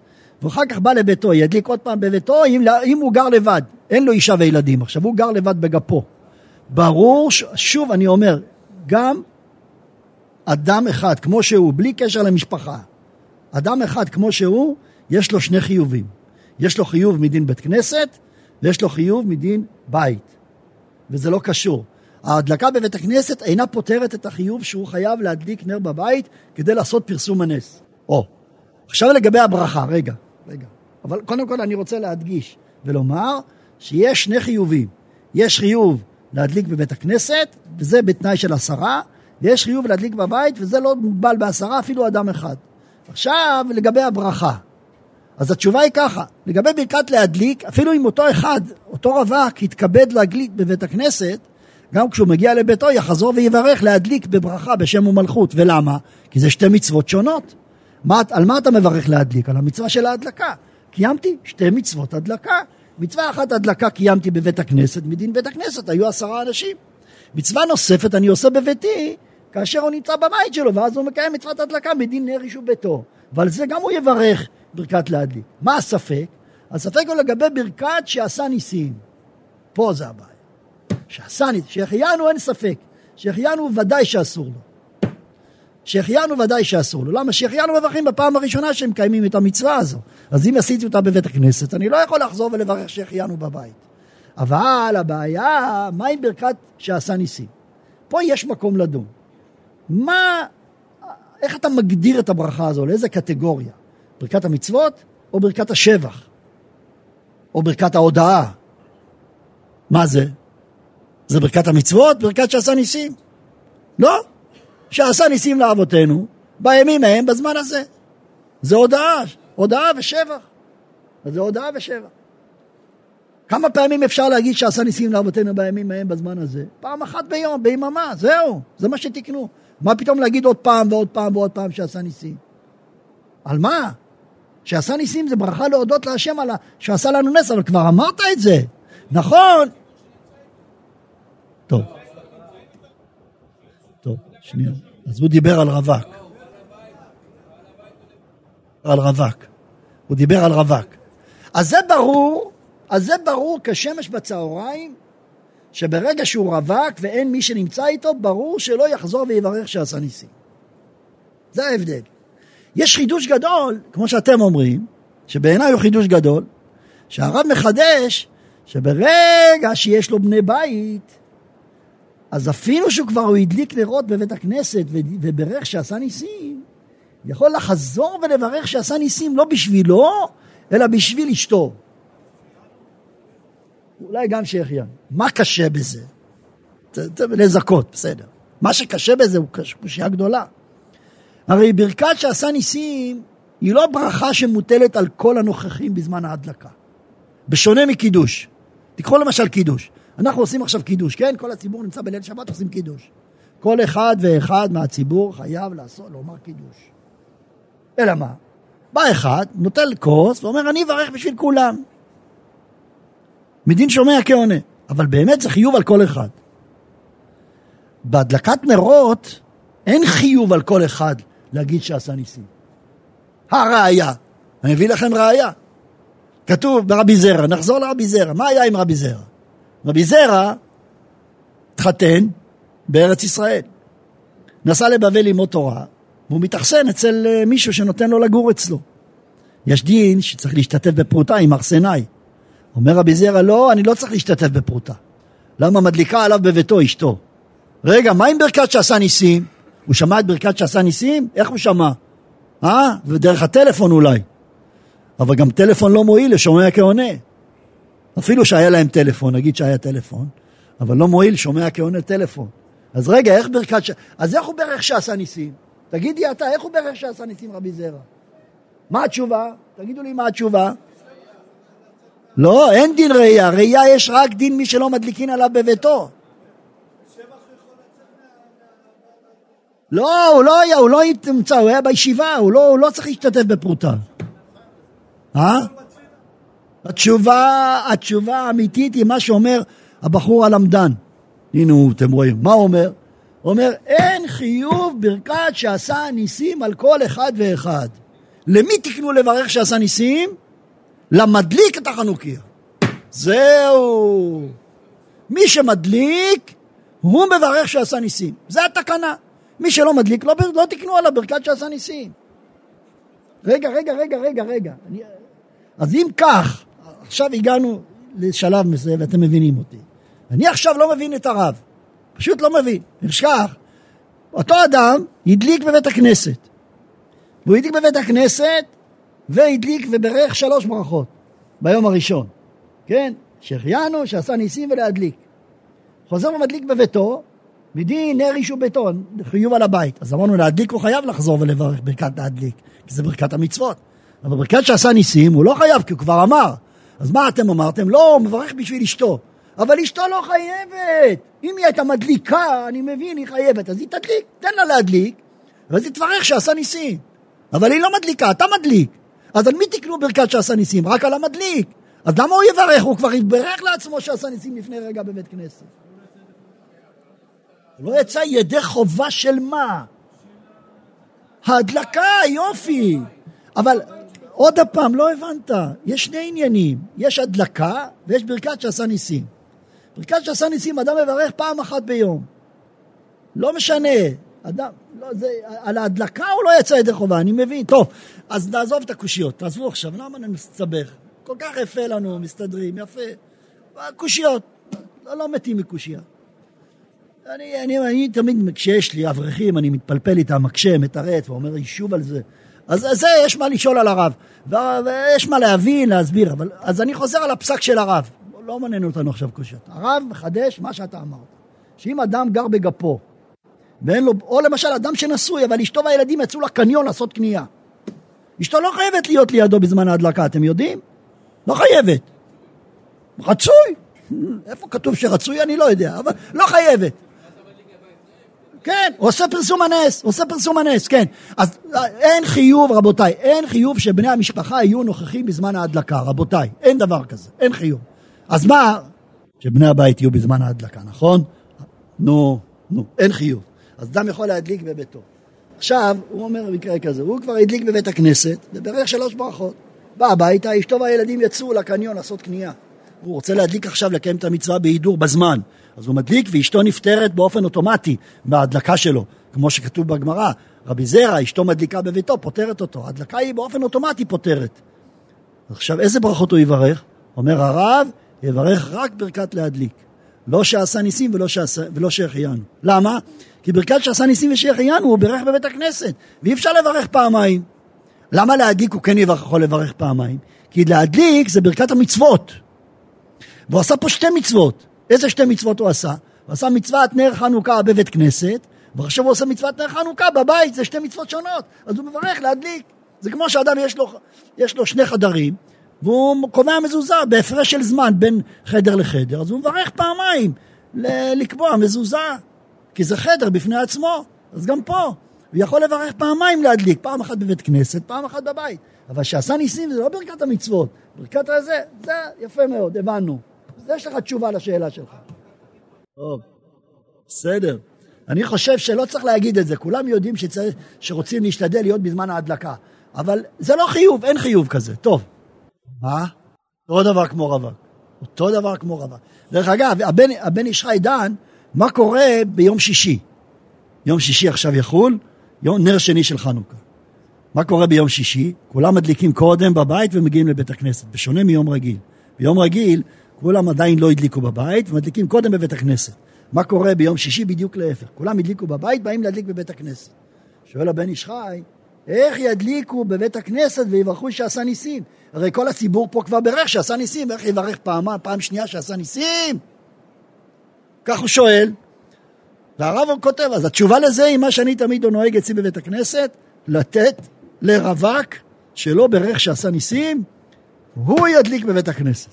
ואחר כך בא לביתו, ידליק עוד פעם בביתו, אם הוא גר לבד, אין לו אישה וילדים, עכשיו הוא גר לבד בגפו. ברור, שוב אני אומר, גם אדם אחד כמו שהוא, בלי קשר למשפחה, אדם אחד כמו שהוא, יש לו שני חיובים. יש לו חיוב מדין בית כנסת, ויש לו חיוב מדין בית. וזה לא קשור. ההדלקה בבית הכנסת אינה פותרת את החיוב שהוא חייב להדליק נר בבית, כדי לעשות פרסום הנס. עכשיו לגבי הברכה, רגע. אבל קודם כל אני רוצה להדגיש, ולומר שיש שני חיובים. יש חיוב להדליק בבית הכנסת, וזה בתנאי של 10, ויש חיוב להדליק בבית, וזה לא מוגבל ב10, אפילו אדם אחד. עכשיו, לגבי הברכה. אז התשובה היא ככה, לגבי ברכת להדליק, אפילו אם אותו אחד, אותו רווק, יתכבד להדליק בבית הכנסת, גם כשהוא מגיע לביתו, יחזור ויברך להדליק בברכה בשם ומלכות. ולמה? כי זה שתי מצוות שונות. על מה אתה מברך להדליק? על המצווה של ההדלקה. קיימתי שתי מצוות הדלקה. מצווה אחת הדלקה קיימתי בבית הכנסת, מדין בית הכנסת היו 10 אנשים. מצווה נוספת אני עושה בביתי, כאשר הוא נמצא בבית שלו, ואז הוא מקיים מצוות הדלקה מדין נר יישוב ביתו. ועל זה גם הוא יברך ברכת להדליק. מה הספק? הספק הוא לגבי ברכת שעשה ניסים. פה זה הבעיה. שעשה ניסים. שהחיינו אין ספק. שהחיינו ודאי שאסור לו. שהחיינו ודאי שאסור לו. למה? שהחיינו מברכים בפעם הראשונה שהם קיימים את המצווה הזו. אז אם עשיתי אותה בבית הכנסת, אני לא יכול לחזור ולברך שהחיינו בבית. אבל הבעיה, מה עם ברכת שעשה ניסים? פה יש מקום לדון. איך אתה מגדיר את הברכה הזו? לאיזה קטגוריה? ברכת המצוות או ברכת השבח? או ברכת ההודעה? מה זה? זה ברכת המצוות? ברכת שעשה ניסים? לא. שעשה ניסים לאבותינו, בימים ההם בזמן הזה. זה הודעה ושבח. זה הודעה ושבח. כמה פעמים אפשר להגיד שעשה ניסים לאבותינו בימים ההם בזמן הזה? פעם אחת ביום, ביממה, זהו. זה מה שתקנו. מה פתאום להגיד עוד פעם ועוד פעם ועוד פעם שעשה ניסים? על מה? שעשה ניסים זה ברכה להודות להשם על שעשה לנו נס, אבל כבר אמרת את זה. נכון? טוב, שנייה. אז הוא דיבר על רווק. הוא דיבר על רווק. אז זה ברור כשמש בצהריים, שברגע שהוא רווק ואין מי שנמצא איתו, ברור שלא יחזור ויברך שעשה ניסים. זה ההבדל. יש חידוש גדול, כמו שאתם אומרים, שבעיניי הוא חידוש גדול, שהרב מחדש שברגע שיש לו בני בית, אז אפילו שהוא כבר הוא הדליק נרות בבית הכנסת וברך שעשה ניסים, יכול לחזור ולברך שעשה ניסים לא בשבילו, אלא בשביל אשתו. אולי גם שיחיה. מה קשה בזה? לזכות, בסדר. מה שקשה בזה הוא קושיה גדולה. הרי ברכת שעשה ניסים היא לא ברכה שמוטלת על כל הנוכחים בזמן ההדלקה. בשונה מקידוש. תקחו למשל קידוש. אנחנו עושים עכשיו קידוש, כן? כל הציבור נמצא בליל שבת, עושים קידוש. כל אחד ואחד מהציבור חייב לומר קידוש. אלא מה? בא אחד, נוטל כוס ואומר, אני אברך בשביל כולם. מדין שומע כעונה. אבל באמת זה חיוב על כל אחד. בהדלקת נרות אין חיוב על כל אחד להגיד שעשה ניסים. הראיה. אני מביא לכם ראיה. כתוב ברבי זרע, נחזור לרבי זרע. מה היה עם רבי זרע? רבי זרע התחתן בארץ ישראל. נסע לבבל ללמוד תורה, והוא מתאכסן אצל מישהו שנותן לו לגור אצלו. יש דין שצריך להשתתף בפרוטה עם ארסנאי. אומר רבי זרע, לא, אני לא צריך להשתתף בפרוטה. למה? מדליקה עליו בביתו אשתו. רגע, מה עם ברכת שעשה ניסים? הוא שמע את ברכת שעשה ניסים? איך הוא שמע? ודרך הטלפון אולי. אבל גם טלפון לא מועיל לשומע כעונה. אפילו שהיה להם טלפון, נגיד שהיה טלפון, אבל לא מועיל שומע כעונה טלפון. אז רגע, אז איך הוא ברך שעשה ניסים? תגידי אתה, איך הוא ברך שעשה ניסים רבי זרע? מה התשובה? תגידו לי מה התשובה. לא, אין דין ראייה. ראייה יש רק דין מי שלא מדליקין עליו בביתו. לא, הוא לא התמצא, הוא היה בישיבה, הוא לא צריך להשתתף בפרוטה. התשובה האמיתית היא מה שאומר הבחור הלמדן. הנה אתם רואים, מה הוא אומר? הוא אומר, אין חיוב ברכת שעשה ניסים על כל אחד ואחד. למי תקנו לברך שעשה ניסים? למדליק את החנוכיה. זהו. מי שמדליק, הוא מברך שעשה ניסים. זה התקנה. מי שלא מדליק, לא תקנו עליו ברכת שעשה ניסים. רגע. אז אם כך, עכשיו הגענו לשלב מסוים, ואתם מבינים אותי. אני עכשיו לא מבין את הרב. פשוט לא מבין. נשכח, אותו אדם ידליק בבית הכנסת. והוא ידליק בבית הכנסת, והדליק וברך 3 ברכות ביום הראשון. כן? שהחיינו, שעשה ניסים ולהדליק. חוזר ומדליק בביתו, מדין נר איש וביתו, חיוב על הבית. אז אמרנו, להדליק הוא חייב לחזור ולברך ברכת להדליק, כי זה ברכת המצוות. אבל ברכת שעשה ניסים הוא לא חייב, כי הוא כבר אמר. אז מה אתם אמרתם? לא, הוא מברך בשביל אשתו. אבל אשתו לא חייבת. אם היא הייתה מדליקה, אני מבין, היא חייבת. אז היא תדליק, תן לה להדליק, ואז היא תברך שעשה ניסים. אבל היא לא מדליקה, אתה מדליק. אז על מי תקנו ברכת שעשה ניסים? רק על המדליק. אז למה הוא יברך? הוא כבר יתברך לעצמו שעשה ניסים לפני רגע בבית כנסת. לא יצא ידי חובה של מה? ההדלקה, יופי. אבל עוד הפעם, לא הבנת. יש 2 עניינים. יש הדלקה ויש ברכת שעשה ניסים. ברכת שעשה ניסים, אדם מברך פעם אחת ביום. לא משנה. אדם, לא, זה, על ההדלקה הוא לא יצא ידי חובה, אני מבין. טוב, אז נעזוב את הקושיות. תעזבו עכשיו, למה נסתבך? כל כך יפה לנו, מסתדרים, יפה. קושיות, לא מתים מקושיה. אני תמיד, כשיש לי אברכים, אני מתפלפל איתם, מקשה, מתרץ, ואומר יישוב על זה. אז זה יש מה לשאול על הרב, ויש מה להבין, להסביר, אבל, אז אני חוזר על הפסק של הרב. לא מעניין אותנו עכשיו קושיות. הרב מחדש מה שאתה אמרת. שאם אדם גר בגפו, ואין לו, או למשל אדם שנשוי, אבל אשתו והילדים יצאו לקניון לעשות קנייה. אשתו לא חייבת להיות לידו בזמן ההדלקה, אתם יודעים? לא חייבת. רצוי. איפה כתוב שרצוי? אני לא יודע, אבל לא חייבת. כן, עושה פרסום הנס, כן. אז אין חיוב, רבותיי, אין חיוב שבני המשפחה יהיו נוכחים בזמן ההדלקה, רבותיי, אין דבר כזה, אין חיוב. אז מה? שבני הבית יהיו בזמן ההדלקה, נכון? נו, אין חיוב. אז אדם יכול להדליק בביתו. עכשיו, הוא אומר במקרה כזה, הוא כבר הדליק בבית הכנסת, וברך 3 ברכות. בא הביתה, אשתו והילדים יצאו לקניון לעשות קנייה. הוא רוצה להדליק עכשיו, לקיים את המצווה בהידור בזמן. אז הוא מדליק ואשתו נפטרת באופן אוטומטי בהדלקה שלו. כמו שכתוב בגמרא, רבי זרע, אשתו מדליקה בביתו, פותרת אותו. ההדלקה היא באופן אוטומטי פותרת. עכשיו, איזה ברכות הוא יברך? אומר הרב, יברך רק ברכת להדליק. לא שעשה ניסים ולא שהחיינו. למה? כי ברכת שעשה ניסים ושהחיינו הוא ברך בבית הכנסת. ואי אפשר לברך פעמיים. למה להדליק הוא כן יכול לברך פעמיים? כי להדליק זה ברכת המצוות. והוא עשה פה 2 מצוות. איזה 2 מצוות הוא עשה? הוא עשה מצוות נר חנוכה בבית כנסת, ועכשיו הוא עושה מצוות נר חנוכה בבית, זה 2 מצוות שונות. אז הוא מברך להדליק. זה כמו שאדם יש לו 2 חדרים, והוא קובע מזוזה בהפרש של זמן בין חדר לחדר, אז הוא מברך פעמיים לקבוע מזוזה, כי זה חדר בפני עצמו. אז גם פה, הוא יכול לברך פעמיים להדליק, פעם אחת בבית כנסת, פעם אחת בבית. אבל שעשה ניסים זה לא ברכת המצוות, ברכת הזה, זה יפה מאוד, הבנו. אז יש לך תשובה לשאלה שלך. טוב, בסדר. אני חושב שלא צריך להגיד את זה, כולם יודעים שרוצים להשתדל להיות בזמן ההדלקה, אבל זה לא חיוב, אין חיוב כזה. טוב, מה? אותו דבר כמו רווק. דרך אגב, הבן איש חי דן, מה קורה ביום שישי? יום שישי עכשיו יחול, נר שני של חנוכה. מה קורה ביום שישי? כולם מדליקים קודם בבית ומגיעים לבית הכנסת, בשונה מיום רגיל. ביום רגיל, כולם עדיין לא הדליקו בבית ומדליקים קודם בבית הכנסת. מה קורה ביום שישי? בדיוק להפך. כולם הדליקו בבית, באים להדליק בבית הכנסת. שואל הבן איש חי, איך ידליקו בבית הכנסת ויברכו שעשה ניסים? הרי כל הציבור פה כבר ברך שעשה ניסים, איך יברך פעם שנייה שעשה ניסים? כך הוא שואל. והרב הוא כותב, אז התשובה לזה היא מה שאני תמיד נוהג אצלי בבית הכנסת, לתת לרווק שלא ברך שעשה ניסים, הוא ידליק בבית הכנסת.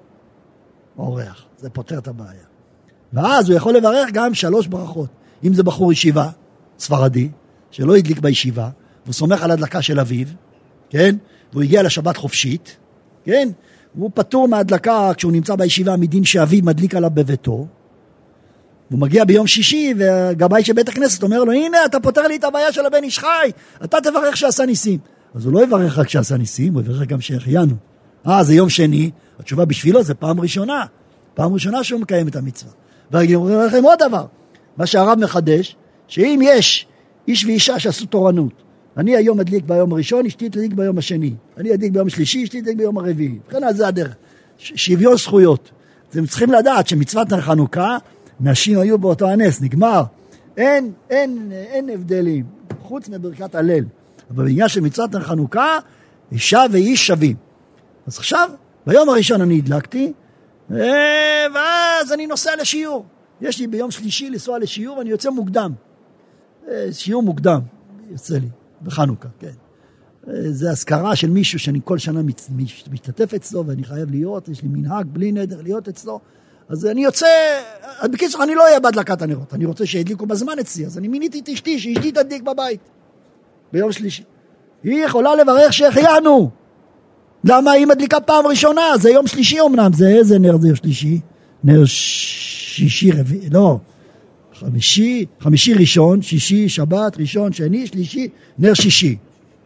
אורח, זה פותר את הבעיה. ואז הוא יכול לברך גם 3 ברכות. אם זה בחור ישיבה, ספרדי, שלא ידליק בישיבה, והוא סומך על הדלקה של אביו, כן? והוא הגיע לשבת חופשית, כן? והוא פטור מהדלקה כשהוא נמצא בישיבה מדין שאביו מדליק עליו בביתו, הוא מגיע ביום שישי, והגבאי של בית הכנסת אומר לו, הנה, אתה פותר לי את הבעיה של הבן איש חי, אתה תברך שעשה ניסים. אז הוא לא יברך רק שעשה ניסים, הוא יברך גם שהחיינו. זה יום שני, התשובה בשבילו זה פעם ראשונה. פעם ראשונה שהוא מקיים את המצווה. ואני אומר לכם עוד דבר, מה שהרב מחדש, שאם יש איש ואישה שעשו תורנות, אני היום אדליק ביום הראשון, אשתי תדליק ביום השני. אני אדליק ביום השלישי, אשתי תדליק ביום הרביעי. וכן על זה הדרך. שוויון זכויות. אתם צריכים לדעת שמצוות חנוכה, נשים היו באותו הנס, נגמר. אין הבדלים, חוץ מברכת הלל. אבל בעניין של מצוות חנוכה, אישה ואיש שווים. אז עכשיו, ביום הראשון אני הדלקתי, ואז אני נוסע לשיעור. יש לי ביום שלישי לנסוע לשיעור, ואני יוצא מוקדם. שיעור מוקדם, יוצא לי, בחנוכה, כן. זה הזכרה של מישהו שאני כל שנה משתתף אצלו, ואני חייב להיות, יש לי מנהג בלי נדר להיות אצלו. אז אני יוצא, בקיצור, אני לא אהיה בהדלקת הנרות, אני רוצה שידליקו בזמן אצלי, אז אני מיניתי את אשתי, שאשתי תדליק בבית, ביום שלישי. היא יכולה לברך שהחיינו. למה? היא מדליקה פעם ראשונה, זה יום שלישי אמנם, זה איזה נר זה יום שלישי? נר שישי רביעי, לא, חמישי ראשון, שישי, שבת, ראשון, שני, שלישי, נר שישי.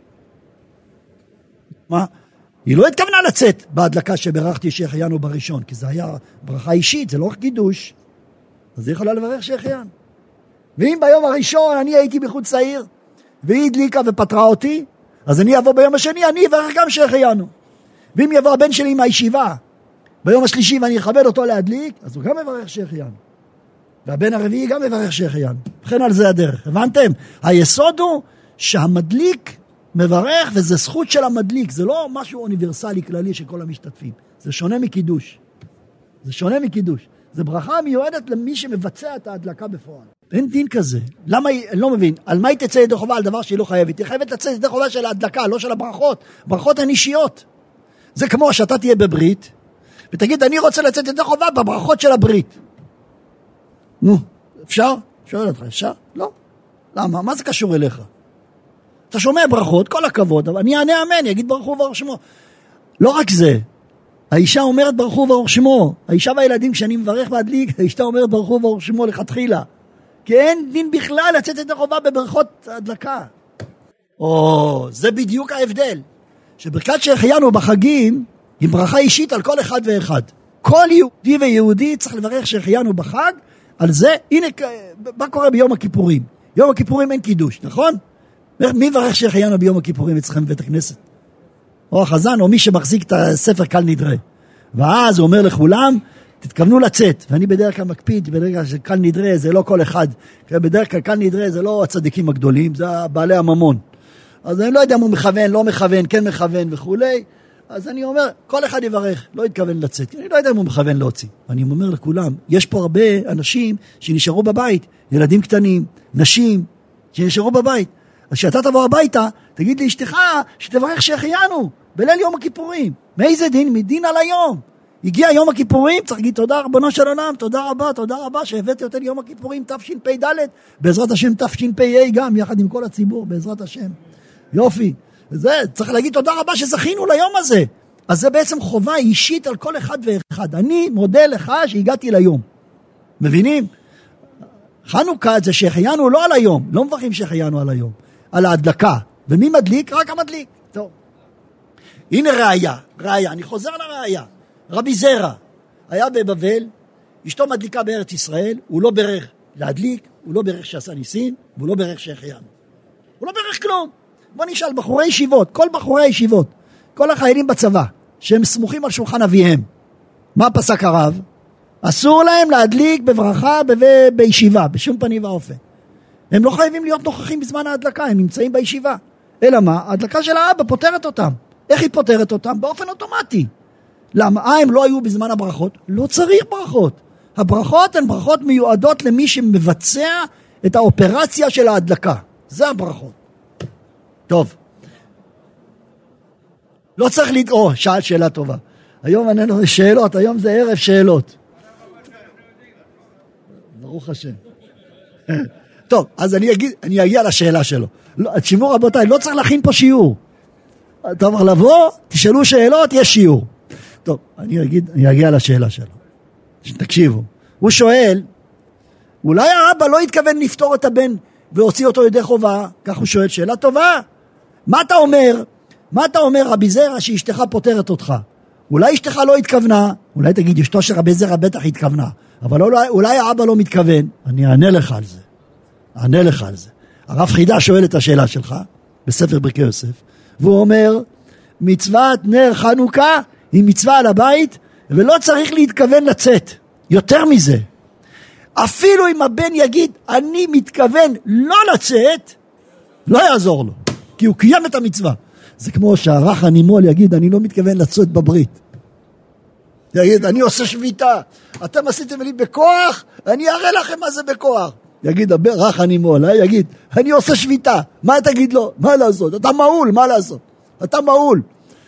מה? היא לא התכוונה לצאת בהדלקה שברכתי שהחיינו בראשון, כי זה היה ברכה אישית, זה לא רק קידוש. אז היא יכולה לברך שהחיינו. ואם ביום הראשון אני הייתי בחוץ לעיר, והיא הדליקה ופטרה אותי, אז אני אבוא ביום השני, אני אברך גם שהחיינו. ואם יבוא הבן שלי מהישיבה, ביום השלישי ואני אכבד אותו להדליק, אז הוא גם מברך שהחיינו. והבן הרביעי גם מברך שהחיינו. וכן על זה הדרך. הבנתם? היסוד הוא שהמדליק מברך, וזה זכות של המדליק, זה לא משהו אוניברסלי כללי של כל המשתתפים. זה שונה מקידוש. זה שונה מקידוש. זה ברכה מיועדת למי שמבצע את ההדלקה בפועל. אין דין כזה. למה היא, אני לא מבין, על מה היא תצא ידי חובה על דבר שהיא לא חייבת? היא חייבת לצאת ידי חובה של ההדלקה, לא של הברכות. ברכות הן אישיות. זה כמו שאתה תהיה בברית, ותגיד, אני רוצה לצאת ידי חובה בברכות של הברית. נו, אפשר? שואל אותך, אפשר? לא. למה? מה זה קשור אליך? אתה שומע ברכות, כל הכבוד, אבל אני אענה אמן, יגיד ברכו וברוך שמו. לא רק זה, האישה אומרת ברכו וברוך שמו. האישה והילדים, כשאני מברך בהדליק, האישה אומרת ברכו וברוך שמו לכתחילה. כי אין דין בכלל לצאת ידי חובה בברכות הדלקה. זה בדיוק ההבדל. שברכת שהחיינו בחגים, היא ברכה אישית על כל אחד ואחד. כל יהודי ויהודי צריך לברך שהחיינו בחג, על זה, הנה, מה קורה ביום הכיפורים? יום הכיפורים אין קידוש, נכון? מי ברך שהחיינו ביום הכיפורים אצלכם בבית הכנסת? או החזן, או מי שמחזיק את הספר קל נדרה. ואז הוא אומר לכולם, תתכוונו לצאת. ואני בדרך כלל מקפיד, בדרך כלל שקל נדרה זה לא כל אחד. בדרך כלל קל נדרה זה לא הצדיקים הגדולים, זה בעלי הממון. אז אני לא יודע אם הוא מכוון, לא מכוון, כן מכוון וכולי. אז אני אומר, כל אחד יברך, לא יתכוון לצאת. אני לא יודע אם הוא מכוון להוציא. אני אומר לכולם, יש פה הרבה אנשים שנשארו בבית, ילדים קטנים, נשים שנשארו בבית. אז כשאתה תבוא הביתה, תגיד לאשתך שתברך שהחיינו בליל יום הכיפורים. מאיזה דין? מדין על היום. הגיע יום הכיפורים, צריך להגיד תודה רבנו של עולם, תודה רבה שהבאתי אותי ליום הכיפורים תשפ"ד, בעזרת השם תשפ"ה גם, יחד עם כל הציבור, בעזרת השם. יופי. וזה, צריך להגיד תודה רבה שזכינו ליום הזה. אז זה בעצם חובה אישית על כל אחד ואחד. אני מודה לך שהגעתי ליום. מבינים? חנוכה זה שהחיינו לא על היום, לא מברכים שהחיינו על היום, על ההדלקה. ומי מדליק? רק המדליק. טוב. הנה ראיה, אני חוזר לראיה. רבי זרע היה בבבל, אשתו מדליקה בארץ ישראל, הוא לא ברך להדליק, הוא לא ברך שעשה ניסים, והוא לא ברך שהחיינו. הוא לא ברך כלום. בוא נשאל, בחורי ישיבות, כל בחורי הישיבות, כל החיילים בצבא, שהם סמוכים על שולחן אביהם, מה פסק הרב? אסור להם להדליק בברכה בישיבה, בשום פנים ואופן. הם לא חייבים להיות נוכחים בזמן ההדלקה, הם נמצאים בישיבה. אלא מה? ההדלקה של האבא פותרת אותם. איך היא פותרת אותם? באופן אוטומטי. למה? הם לא היו בזמן הברכות? לא צריך ברכות. הברכות הן ברכות מיועדות למי שמבצע את האופרציה של ההדלקה. זה הברכות. טוב. לא צריך שאל שאלה טובה. היום איננו שאלות, היום זה ערב שאלות. ברוך השם. טוב, אז אני אגיע לשאלה שלו. תשמעו רבותיי, לא צריך להכין פה שיעור. אתה אומר לבוא, תשאלו שאלות, יש שיעור. טוב, אני אגיע לשאלה שלו. תקשיבו. הוא שואל, אולי האבא לא התכוון לפתור את הבן והוציא אותו ידי חובה? כך הוא שואל, שאלה טובה. מה אתה אומר מה אתה אומר רבי זרע שאשתך פותרת אותך? אולי אשתך לא התכוונה, אולי תגיד אשתו של רבי זרע בטח התכוונה, אבל אולי האבא לא מתכוון. אני אענה לך על זה. הרב חידה שואל את השאלה שלך בספר ברכי יוסף, והוא אומר, מצוות נר חנוכה היא מצווה על הבית, ולא צריך להתכוון לצאת. יותר מזה, אפילו אם הבן יגיד, אני מתכוון לא לצאת, לא יעזור לו, כי הוא קיים את המצווה. זה כמו שהרך הנימול יגיד, אני לא מתכוון לצאת בברית. יגיד, אני עושה שביתה, אתם עשיתם לי בכוח, אני אראה לכם מה זה בכוח. יגיד, רך הנימול, יגיד, אני עושה שביתה, מה תגיד לו? מה לעשות? אתה מעול, מה לעשות? אתה מעול.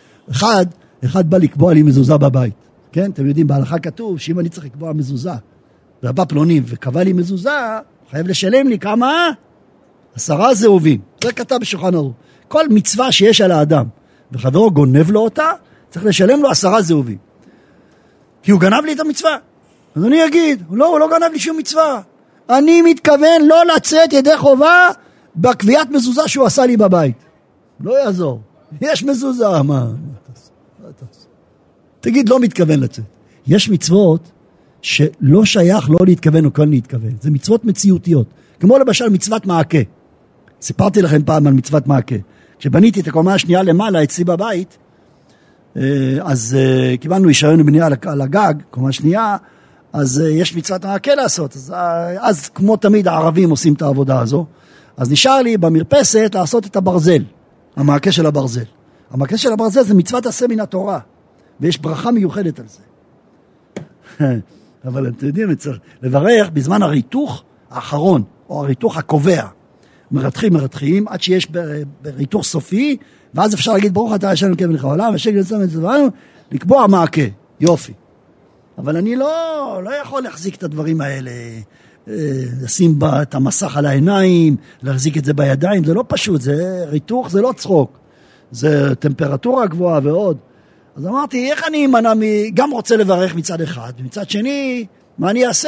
אחד בא לקבוע לי מזוזה בבית. כן, אתם יודעים, בהלכה כתוב שאם אני צריך לקבוע מזוזה, והבא פלוני וקבע לי מזוזה, חייב לשלם לי כמה? 10 זהובים. זה כתב בשולחן ערוך. כל מצווה שיש על האדם, וחברו גונב לו אותה, צריך לשלם לו 10 זהובים. כי הוא גנב לי את המצווה. אז אני אגיד, לא, הוא לא גנב לי שום מצווה. אני מתכוון לא לצאת ידי חובה בקביעת מזוזה שהוא עשה לי בבית. לא יעזור. יש מזוזה, מה תעשה? תגיד, לא מתכוון לצאת. יש מצוות שלא שייך לא להתכוון או כן להתכוון. זה מצוות מציאותיות. כמו למשל מצוות מעקה. סיפרתי לכם פעם על מצוות מעקה. כשבניתי את הקומה השנייה למעלה אצלי בבית, אז קיבלנו אישרנו בנייה על הגג, קומה שנייה, אז יש מצוות מעקה לעשות. אז כמו תמיד הערבים עושים את העבודה הזו. אז נשאר לי במרפסת לעשות את הברזל, המעקה של הברזל. המעקה של הברזל זה מצוות עשה מן התורה, ויש ברכה מיוחדת על זה. אבל אתם יודעים, צריך לברך בזמן הריתוך האחרון, או הריתוך הקובע. מרתחים, עד שיש בריתוך סופי, ואז אפשר להגיד, ברוך אתה השם אלוקינו מלך העולם, ושקל יצא מצוונו, לקבוע מעקה, יופי. אבל אני לא יכול להחזיק את הדברים האלה, לשים את המסך על העיניים, להחזיק את זה בידיים, זה לא פשוט, זה ריתוך, זה לא צחוק. זה טמפרטורה גבוהה ועוד. אז אמרתי, איך אני גם רוצה לברך מצד אחד, ומצד שני, מה אני אעשה?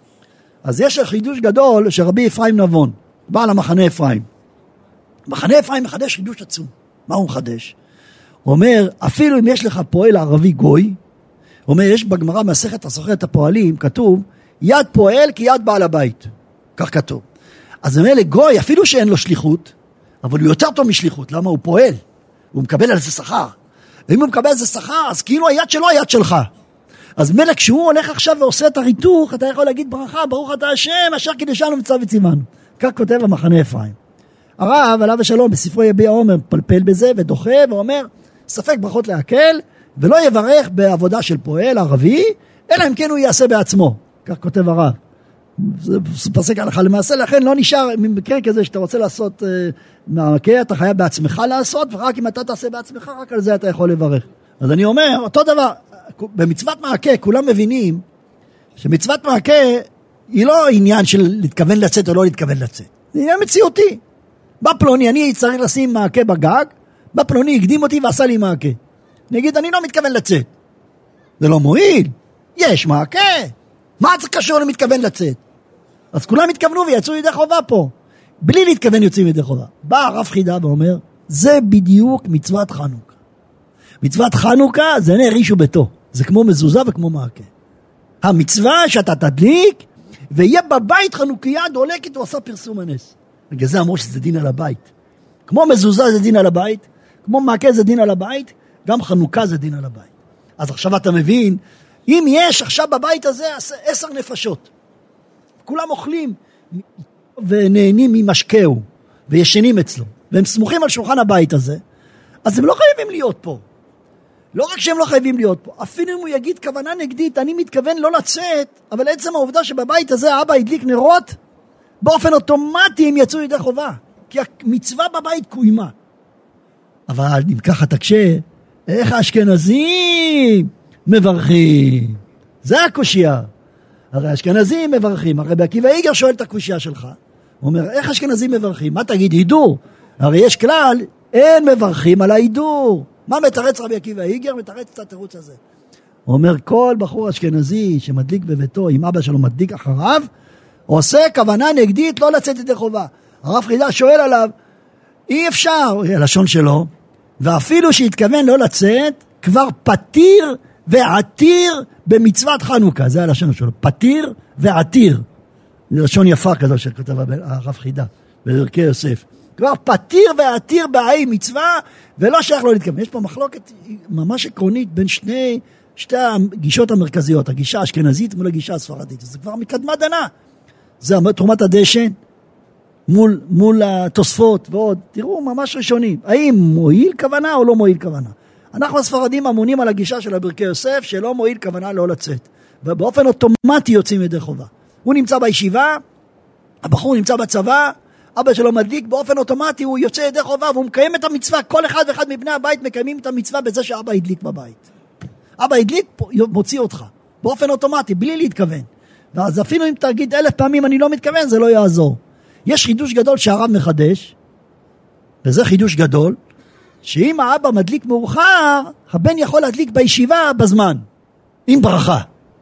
אז יש חידוש גדול של רבי אפרים נבון, בעל המחנה אפרים. מחנה אפרים מחדש חידוש עצום. מה הוא מחדש? הוא אומר, אפילו אם יש לך פועל ערבי גוי, הוא אומר, יש בגמרא מסכת הסוחרת הפועלים, כתוב, יד פועל כי יד בעל הבית. כך כתוב. אז הוא אומר לגוי, אפילו שאין לו שליחות, אבל הוא יותר טוב משליחות. למה? הוא פועל. הוא מקבל על זה שכר. ואם הוא מקבל על זה שכר, אז כאילו היד שלו היד שלך. אז מלך כשהוא הולך עכשיו ועושה את הריתוך, אתה יכול להגיד ברכה, ברוך אתה השם, אשר קידשנו מצווה וציוונו. כך כותב המחנה אפרים. הרב, עליו השלום, בספרו יביע עומר, פלפל בזה ודוחה, ואומר, ספק ברכות להקל, ולא יברך בעבודה של פועל ערבי, אלא אם כן הוא יעשה בעצמו. כך כותב הרב. זה פסק הלכה למעשה, לכן לא נשאר ממקרה כזה שאתה רוצה לעשות מעקה, אתה חייב בעצמך לעשות, ורק אם אתה תעשה בעצמך, רק על זה אתה יכול לברך. אז אני אומר, אותו דבר, במצוות מעקה, כולם מבינים שמצוות מעקה היא לא עניין של להתכוון לצאת או לא להתכוון לצאת. זה עניין מציאותי. בפלוני, אני צריך לשים מעקה בגג, בפלוני הקדים אותי ועשה לי מעקה. נגיד, אני לא מתכוון לצאת. זה לא מועיל. יש מעקה. מה זה קשור למתכוון לצאת? אז כולם התכוונו ויצאו ידי חובה פה. בלי להתכוון יוצאים ידי חובה. בא הרב חידה ואומר, זה בדיוק מצוות חנוכה. מצוות חנוכה זה נר איש וביתו. זה כמו מזוזה וכמו מעקה. המצווה שאתה תדליק, ויהיה בבית חנוכיה דולקת ועושה פרסום הנס. בגלל זה אמרו שזה דין על הבית. כמו מזוזה זה דין על הבית, כמו מעקה זה דין על הבית, גם חנוכה זה דין על הבית. אז עכשיו אתה מבין, אם יש עכשיו בבית הזה 10 נפשות, כולם אוכלים ונהנים ממשקהו, וישנים אצלו, והם סמוכים על שולחן הבית הזה, אז הם לא חייבים להיות פה. לא רק שהם לא חייבים להיות פה, אפילו אם הוא יגיד כוונה נגדית, אני מתכוון לא לצאת, אבל עצם העובדה שבבית הזה אבא הדליק נרות, באופן אוטומטי הם יצאו ידי חובה, כי המצווה בבית קוימה. אבל אם ככה תקשה, איך האשכנזים מברכים? זה הקושיה. הרי האשכנזים מברכים, הרי בעקיבא איגר שואל את הקושיה שלך, הוא אומר, איך האשכנזים מברכים? מה תגיד, הידור? הרי יש כלל, אין מברכים על ההידור. מה מתרץ רבי עקיבא איגר? מתרץ את התירוץ הזה. הוא אומר, כל בחור אשכנזי שמדליק בביתו, אם אבא שלו מדליק אחריו, עושה כוונה נגדית לא לצאת ידי חובה. הרב חידה שואל עליו, אי אפשר, הלשון שלו, ואפילו שהתכוון לא לצאת, כבר פתיר ועתיר במצוות חנוכה. זה הלשון שלו, פתיר ועתיר. זה לשון יפה כזו שכתב הרב חידה, בדרכי יוסף. כבר פתיר ועתיר בעי מצווה, ולא שייך לא להתכוון. יש פה מחלוקת ממש עקרונית בין שתי הגישות המרכזיות, הגישה האשכנזית מול הגישה הספרדית. זה כבר מקדמה דנה. זה תרומת הדשן, מול התוספות ועוד. תראו, ממש ראשונים. האם מועיל כוונה או לא מועיל כוונה? אנחנו הספרדים אמונים על הגישה של הברכי יוסף, שלא מועיל כוונה לא לצאת. ובאופן אוטומטי יוצאים ידי חובה. הוא נמצא בישיבה, הבחור נמצא בצבא, אבא שלו מדליק, באופן אוטומטי הוא יוצא ידי חובה, והוא מקיים את המצווה. כל אחד ואחד מבני הבית מקיימים את המצווה בזה שאבא הדליק בבית. אבא הדליק, מוציא אותך. באופן אוטומטי, בלי להתכוון. ואז אפילו אם תגיד 1000 פעמים אני לא מתכוון, זה לא יעזור. יש חידוש גדול שהרב מחדש, וזה חידוש גדול, שאם האבא מדליק מאוחר, הבן יכול להדליק בישיבה בזמן, עם ברכה.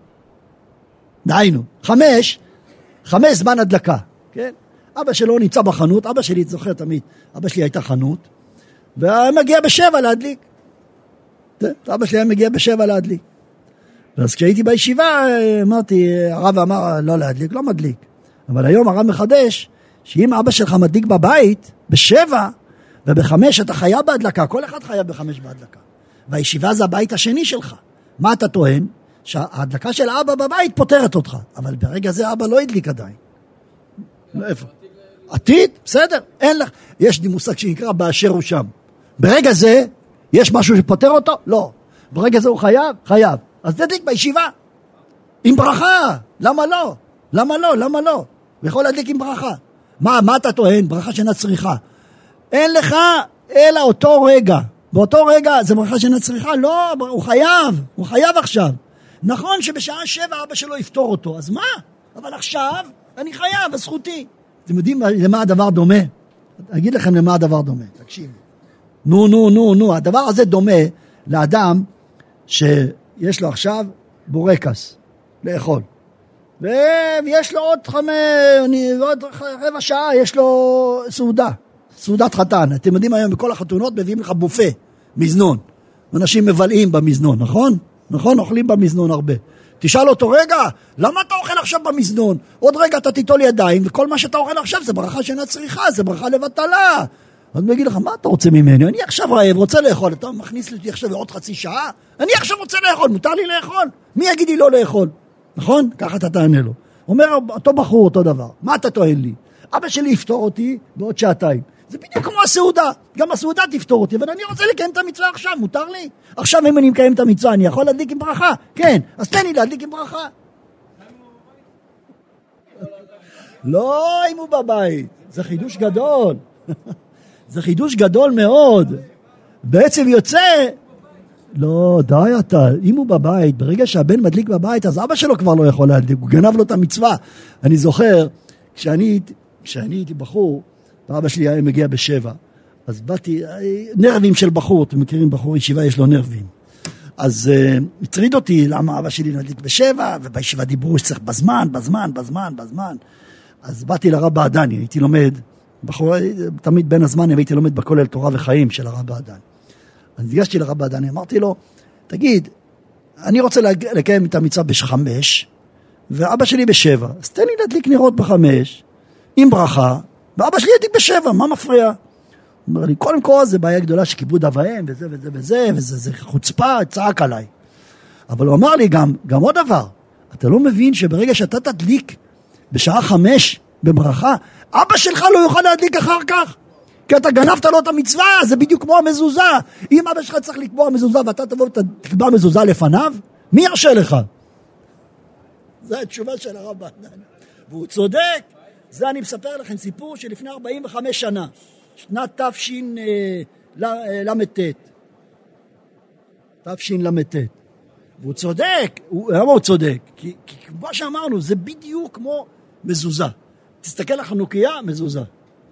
דהיינו, 5 זמן הדלקה, כן? אבא שלו נמצא בחנות, אבא שלי, זוכר תמיד, אבא שלי הייתה חנות, ומגיע ב7 להדליק. אבא שלי היה מגיע ב7 להדליק. ואז כשהייתי בישיבה, אמרתי, הרב אמר לא להדליק, לא מדליק. אבל היום הרב מחדש, שאם אבא שלך מדליק בבית, ב7, וב5 אתה חייב בהדלקה, כל אחד חייב ב5 בהדלקה. והישיבה זה הבית השני שלך. מה אתה טוען? שההדלקה של האבא בבית פותרת אותך. אבל ברגע זה אבא לא הדליק עדיין. איפה? עתיד? בסדר, אין לך. יש לי מושג שנקרא באשר הוא שם. ברגע זה, יש משהו שפותר אותו? לא. ברגע זה הוא חייב? חייב. אז תדליק בישיבה. עם ברכה. למה לא? למה לא? למה לא? הוא יכול להדליק עם ברכה. מה אתה טוען? ברכה שאינה צריכה. אין לך אלא אותו רגע. באותו רגע זה ברכה שאינה צריכה? לא, הוא חייב עכשיו. נכון שבשעה 7 אבא שלו יפתור אותו, אז מה? אבל עכשיו אני חייב, זכותי. אתם יודעים למה הדבר דומה? אגיד לכם למה הדבר דומה. תקשיב. נו. הדבר הזה דומה לאדם שיש לו עכשיו בורקס לאכול. ויש לו עוד רבע שעה, יש לו סעודת חתן. אתם יודעים היום בכל החתונות מביאים לך בופה, מזנון. אנשים מבלעים במזנון, נכון? נכון, אוכלים במזנון הרבה. תשאל אותו, רגע, למה אתה אוכל עכשיו במזנון? עוד רגע אתה תיטול ידיים, וכל מה שאתה אוכל עכשיו זה ברכה שאינה צריכה, זה ברכה לבטלה. אז אני אגיד לך, מה אתה רוצה ממני? אני עכשיו רעב, רוצה לאכול. אתה מכניס לי עכשיו עוד חצי שעה? אני עכשיו רוצה לאכול, מותר לי לאכול? מי יגיד לי לא לאכול? נכון? ככה אתה תענה לו. אומר אותו בחור אותו דבר. מה אתה טוען לי? אבא שלי יפתור אותי בעוד 2 שעות. זה בדיוק כמו הסעודה. גם הסעודה תפתור אותי, אבל אני רוצה לקיים את המצווה עכשיו, מותר לי? עכשיו אם אני מקיים את המצווה, אני יכול להדליק עם ברכה? כן, אז תן לי להדליק עם ברכה. לא אם הוא בבית. זה חידוש גדול. זה חידוש גדול מאוד. בעצם יוצא... לא, די אתה. אם הוא בבית, ברגע שהבן מדליק בבית, אז אבא שלו כבר לא יכול להדליק. הוא גנב לו את המצווה. אני זוכר, כשאני הייתי בחור, אבא שלי היה מגיע ב7, אז באתי, נרבים של בחור, אתם מכירים בחור ישיבה, יש לו נרבים. אז הטריד אותי למה אבא שלי נדליק ב7, ובישיבה דיברו שצריך בזמן. אז באתי לרב בעדני, הייתי לומד, בחור, תמיד בין הזמן הייתי לומד בכולל תורה וחיים של הרב בעדני. אז ניגשתי לרב בעדני, אמרתי לו, תגיד, אני רוצה לקיים את המצווה ב5, ואבא שלי ב7, אז תן לי להדליק נרות ב5, עם ברכה, ואבא שלי ידיק ב7, מה מפריע? הוא אומר לי, קודם כל זה בעיה גדולה שכיבוד אב ואם, וזה חוצפה, צעק עליי. אבל הוא אמר לי גם עוד דבר, אתה לא מבין שברגע שאתה תדליק בשעה 5 בברכה, אבא שלך לא יוכל להדליק אחר כך, כי אתה גנבת לו את המצווה, זה בדיוק כמו המזוזה. אם אבא שלך צריך לקבוע מזוזה, ואתה תבוא ותקבע מזוזה לפניו, מי ירשה לך? זו התשובה של הרב בעדני. והוא צודק. זה אני מספר לכם סיפור שלפני 45 שנה, שנת תשל"ט. והוא צודק. למה הוא צודק? כי כמו שאמרנו, זה בדיוק כמו מזוזה. תסתכל לחנוכיה, מזוזה.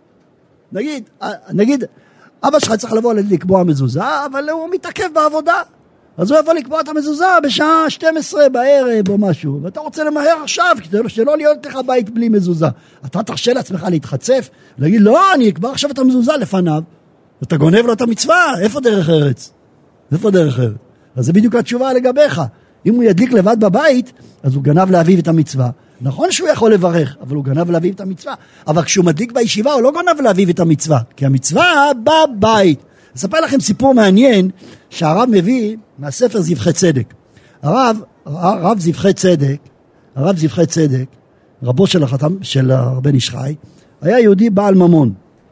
נגיד, אבא שלך צריך לבוא לקבוע מזוזה, אבל הוא מתעכב בעבודה. אז הוא יבוא לקבוע את המזוזה בשעה 12 בערב או משהו, ואתה רוצה למהר עכשיו, כדי שלא להיות לך בית בלי מזוזה. אתה תרשה לעצמך להתחצף, להגיד, לא, אני אקבע עכשיו את המזוזה לפניו. אתה גונב לו את המצווה, איפה דרך ארץ? איפה דרך ארץ? אז זה בדיוק התשובה לגביך. אם הוא ידליק לבד בבית, אז הוא גנב לאביו את המצווה. נכון שהוא יכול לברך, אבל הוא גנב לאביו את המצווה. אבל כשהוא מדליק בישיבה, הוא לא גנב לאביו את המצווה, כי המצווה בבית. אספר לכם סיפור מעניין, שהרב מביא מהספר זבחי צדק. הרב זבחי צדק, רבו של הרבן איש חי, היה יהודי בעל ממון.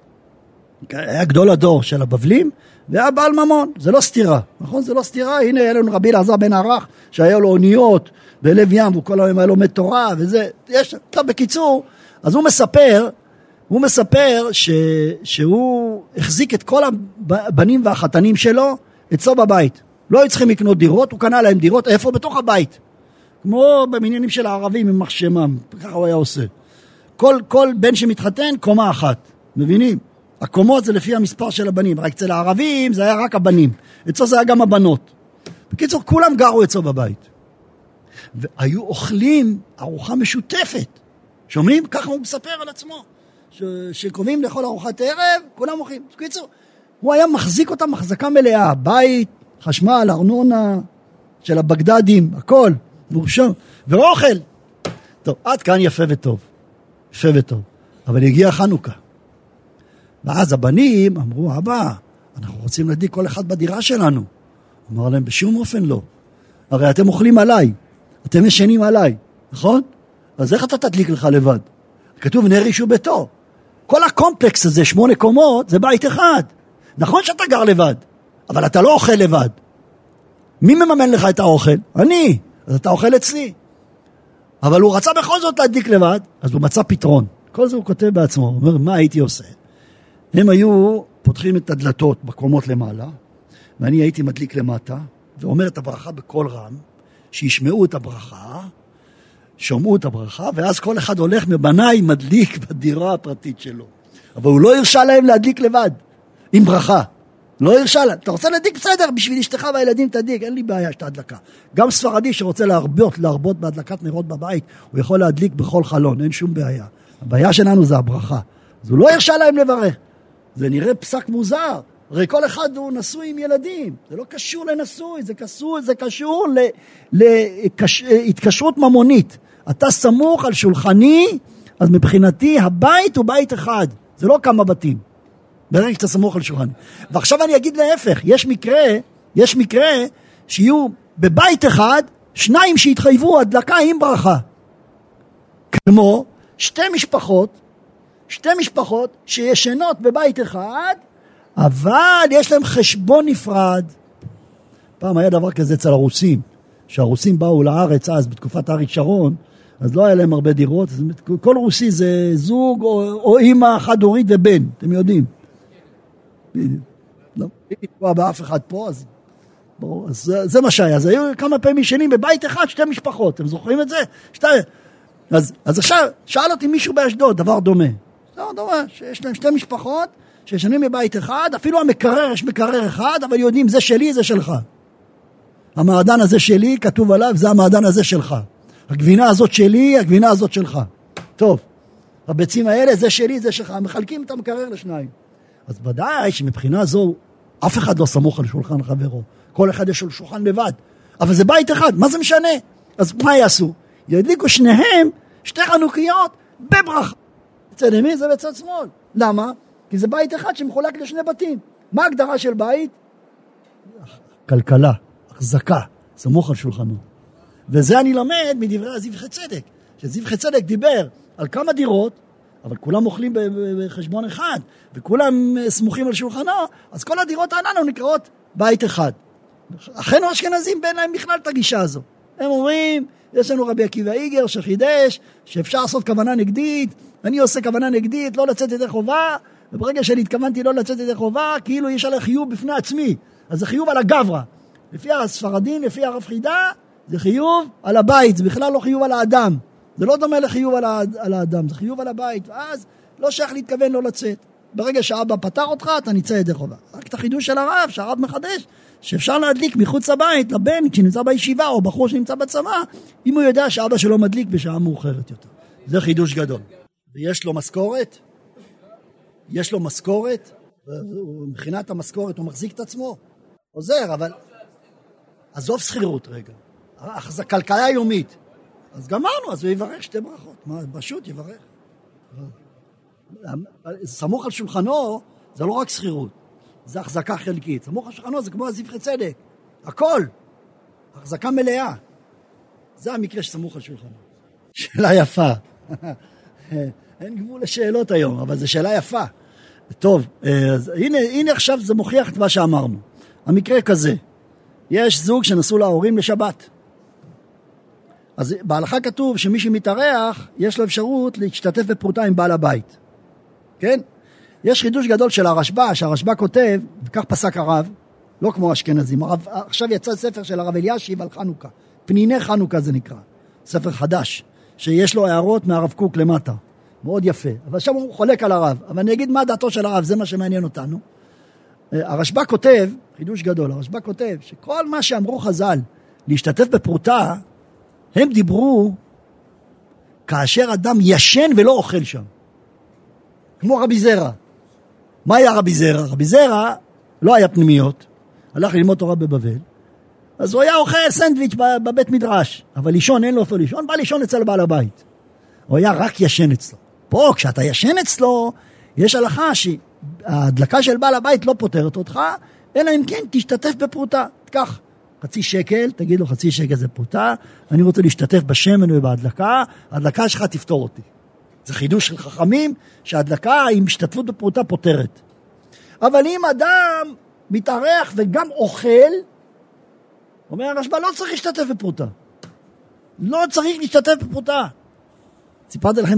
היה גדול הדור של הבבלים, והיה בעל ממון. זה לא סתירה, נכון? זה לא סתירה. הנה, היה לנו רבי אלעזר בן ערך, שהיה לו אוניות, בלב ים, והוא כל היום היה לומד תורה, וזה, טוב, בקיצור, אז הוא מספר שהוא החזיק את כל הבנים והחתנים שלו אצלו בבית. לא היו צריכים לקנות דירות, הוא קנה להם דירות, איפה? בתוך הבית. כמו במניינים של הערבים עם מחשמם, ככה הוא היה עושה. כל בן שמתחתן, קומה אחת, מבינים? הקומות זה לפי המספר של הבנים, רק אצל הערבים זה היה רק הבנים, אצלו זה היה גם הבנות. בקיצור, כולם גרו אצלו בבית. והיו אוכלים ארוחה משותפת. שומעים? ככה הוא מספר על עצמו. שקרובים לאכול ארוחת ערב, כולם אוכלים. בקיצור, הוא היה מחזיק אותה מחזקה מלאה, בית, חשמל, ארנונה, של הבגדדים, הכל, ואוכל. טוב, עד כאן יפה וטוב. יפה וטוב. אבל הגיע חנוכה. ואז הבנים אמרו, אבא, אנחנו רוצים להדליק כל אחד בדירה שלנו. אמר להם, בשום אופן לא. הרי אתם אוכלים עליי, אתם ישנים עליי, נכון? אז איך אתה תדליק לך לבד? כתוב נר איש וביתו. כל הקומפלקס הזה, 8 קומות, זה בית אחד. נכון שאתה גר לבד, אבל אתה לא אוכל לבד. מי מממן לך את האוכל? אני. אז אתה אוכל אצלי. אבל הוא רצה בכל זאת להדליק לבד, אז הוא מצא פתרון. כל זה הוא כותב בעצמו, הוא אומר, מה הייתי עושה? הם היו פותחים את הדלתות בקומות למעלה, ואני הייתי מדליק למטה, ואומר את הברכה בכל רם, שישמעו את הברכה, שומעו את הברכה, ואז כל אחד הולך מבניי מדליק בדירה הפרטית שלו. אבל הוא לא הרשה להם להדליק לבד, עם ברכה. לא הרשה להם. אתה רוצה להדליק בסדר, בשביל אשתך והילדים תדליק, אין לי בעיה שת הדלקה. גם ספרדי שרוצה להרבות בהדלקת נרות בבית, הוא יכול להדליק בכל חלון, אין שום בעיה. הבעיה שלנו זה הברכה. אז הוא לא הרשה להם לברך. זה נראה פסק מוזר. הרי כל אחד הוא נשוי עם ילדים. זה לא קשור לנשוי, זה קשור להתקשרות ממונית. אתה סמוך על שולחני, אז מבחינתי הבית הוא בית אחד. זה לא כמה בתים. ברגע שאתה סמוך על שולחני. ועכשיו אני אגיד להפך, יש מקרה שיהיו בבית אחד, 2 שהתחייבו הדלקה עם ברכה. כמו 2 משפחות שישנות בבית אחד, אבל יש להם חשבון נפרד. פעם היה דבר כזה אצל הרוסים, שהרוסים באו לארץ אז בתקופת אריק שרון, אז לא היה להם הרבה דירות, כל רוסי זה זוג או אמא חד הורית ובן, אתם יודעים. לא, לא באף אחד פה, אז זה מה שהיה, אז היו כמה פעמים ישנים בבית אחד 2 משפחות, אתם זוכרים את זה? אז עכשיו שאל אותי מישהו באשדוד, דבר דומה. לא דומה, שיש להם 2 משפחות, שישנים בבית אחד, אפילו המקרר, יש מקרר אחד, אבל יודעים, זה שלי, זה שלך. המעדן הזה שלי, כתוב עליו, זה המעדן הזה שלך. הגבינה הזאת שלי, הגבינה הזאת שלך. טוב, הביצים האלה, זה שלי, זה שלך. מחלקים את המקרר לשניים. אז ודאי שמבחינה זו, אף אחד לא סמוך על שולחן חברו. כל אחד יש לו שולחן לבד. אבל זה בית אחד, מה זה משנה? אז מה יעשו? ידליקו שניהם 2 חנוכיות בברכה. בצד ימין זה בצד שמאל. למה? כי זה בית אחד שמחולק ל2 בתים. מה ההגדרה של בית? כלכלה, החזקה, סמוך על שולחנו. וזה אני למד מדברי זבחי צדק. שזבחי צדק דיבר על כמה דירות, אבל כולם אוכלים בחשבון אחד, וכולם סמוכים על שולחנו, אז כל הדירות הללו נקראות בית אחד. אחינו אשכנזים בין להם בכלל את הגישה הזו. הם אומרים, יש לנו רבי עקיבא איגר שחידש, שאפשר לעשות כוונה נגדית, אני עושה כוונה נגדית, לא לצאת ידי חובה, וברגע שאני התכוונתי לא לצאת ידי חובה, כאילו יש עלי חיוב בפני עצמי, אז זה חיוב על הגברה. לפי הספרדין, לפי הרב חידה, זה חיוב על הבית, זה בכלל לא חיוב על האדם. זה לא דומה לחיוב על האדם, זה חיוב על הבית, ואז לא שייך להתכוון לא לצאת. ברגע שהאבא פתר אותך, אתה ניצא ידי חובה. רק את החידוש של הרב, שהרב מחדש, שאפשר להדליק מחוץ לבית, לבן, כשנמצא בישיבה, או בחור שנמצא בצבא, אם הוא יודע שאבא שלו מדליק בשעה מאוחרת יותר. זה חידוש גדול. ויש לו משכורת? יש לו משכורת? מבחינת המשכורת הוא מחזיק את עצמו, עוזר, אבל עזוב שכירות רגע, כלכלה יומית, אז גמרנו, אז הוא יברך שתי ברכות, פשוט יברך. סמוך על שולחנו זה לא רק שכירות, זה החזקה חלקית, סמוך על שולחנו זה כמו הזבחי צדק, הכל, החזקה מלאה, זה המקרה שסמוך על שולחנו. שאלה יפה, אין גבול לשאלות היום, אבל זו שאלה יפה. טוב, אז הנה עכשיו זה מוכיח את מה שאמרנו. המקרה כזה, יש זוג שנסעו להורים לשבת. אז בהלכה כתוב שמי שמתארח, יש לו אפשרות להשתתף בפרוטה עם בעל הבית. כן? יש חידוש גדול של הרשב"א, שהרשב"א כותב, וכך פסק הרב, לא כמו אשכנזים. עכשיו יצא ספר של הרב אלישיב על חנוכה. פניני חנוכה זה נקרא. ספר חדש, שיש לו הערות מהרב קוק למטה. מאוד יפה. אבל שם הוא חולק על הרב. אבל אני אגיד מה דעתו של הרב, זה מה שמעניין אותנו. הרשב"א כותב, חידוש גדול, הרשב"א כותב שכל מה שאמרו חז"ל להשתתף בפרוטה, הם דיברו כאשר אדם ישן ולא אוכל שם. כמו רבי זרע. מה היה רבי זרע? רבי זרע לא היה פנימיות, הלך ללמוד תורה בבבל, אז הוא היה אוכל סנדוויץ' בבית מדרש, אבל לישון, אין לו איפה לישון, בא לישון אצל בעל הבית. הוא היה רק ישן אצלו. פה, כשאתה ישן אצלו, יש הלכה שההדלקה של בעל הבית לא פותרת אותך, אלא אם כן תשתתף בפרוטה. תקח חצי שקל, תגיד לו חצי שקל זה פרוטה, אני רוצה להשתתף בשמן ובהדלקה, ההדלקה שלך תפתור אותי. זה חידוש של חכמים, שההדלקה עם השתתפות בפרוטה פותרת. אבל אם אדם מתארח וגם אוכל, אומר הרשב"א, לא צריך להשתתף בפרוטה. לא צריך להשתתף בפרוטה. סיפרתי לכם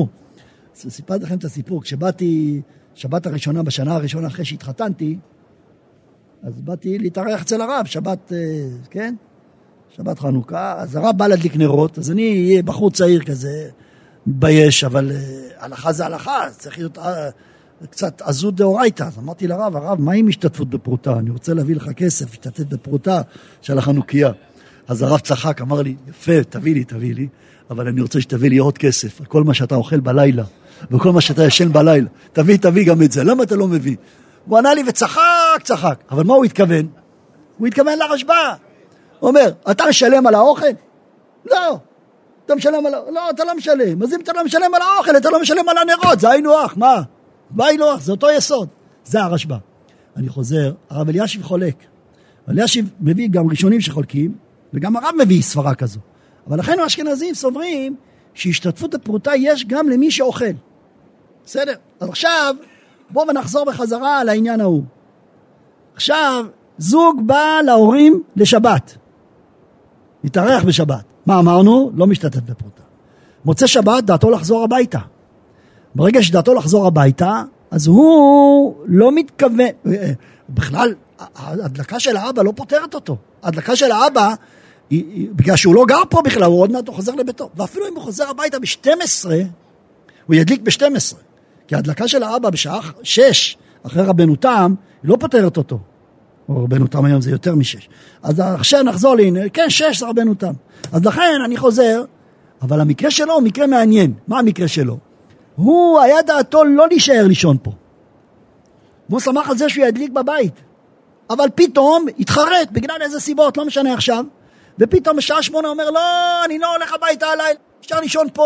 את הסיפור. כשבאתי שבת הראשונה, בשנה הראשונה אחרי שהתחתנתי, אז באתי להתארח אצל הרב, שבת, כן? שבת חנוכה, אז הרב בא להדליק נרות, אז אני אהיה בחור צעיר כזה, מתבייש, אבל הלכה זה הלכה, צריך להיות קצת עזות דאורייתא. אז אמרתי לרב, הרב, מה עם השתתפות בפרוטה? אני רוצה להביא לך כסף, השתתף בפרוטה של החנוכיה. אז הרב צחק, אמר לי, יפה, תביא לי, אבל אני רוצה שתביא לי עוד כסף, על כל מה שאתה אוכל בלילה, וכל מה שאתה ישן בלילה, תביא גם את זה, למה אתה לא מביא? הוא ענה לי וצחק, אבל מה הוא התכוון? הוא התכוון לרשב"א. הוא אומר, אתה משלם על האוכל? לא. אתה משלם על האוכל? לא, אתה לא משלם. אז אם אתה לא משלם על האוכל, אתה לא משלם על הנרות, זה היינו אח, מה? זה אותו יסוד. זה הרשב"א. אני חוזר, הרב אלישיב חולק. אלישיב מביא גם ראשונים שחולקים, וגם הרב מביא סברה כזו. אבל לכן האשכנזים סוברים שהשתתפות בפרוטה יש גם למי שאוכל. בסדר? אז עכשיו, בואו ונחזור בחזרה על העניין ההוא. עכשיו, זוג בא להורים לשבת. התארח בשבת. מה אמרנו? לא משתתף בפרוטה. מוצא שבת, דעתו לחזור הביתה. ברגע שדעתו לחזור הביתה, אז הוא לא מתכוון. בכלל, ההדלקה של האבא לא פותרת אותו. ההדלקה של האבא, בגלל שהוא לא גר פה בכלל, הוא עוד מעט הוא חוזר לביתו. ואפילו אם הוא חוזר הביתה ב-12, הוא ידליק ב-12. כי ההדלקה של האבא בשעה 6, אחרי רבנו תם, היא לא פותרת אותו. או רבנו תם היום זה יותר מ-6. אז עכשיו נחזור לי, כן, 6 זה רבנו תם. אז לכן אני חוזר, אבל המקרה שלו הוא מקרה מעניין. מה המקרה שלו? הוא היה דעתו לא להישאר לישון פה. והוא שמח על זה שהוא ידליק בבית. אבל פתאום התחרט, בגלל איזה סיבות, לא משנה עכשיו. ופתאום בשעה 8 אומר, לא, אני לא הולך הביתה עליי, אפשר לישון פה.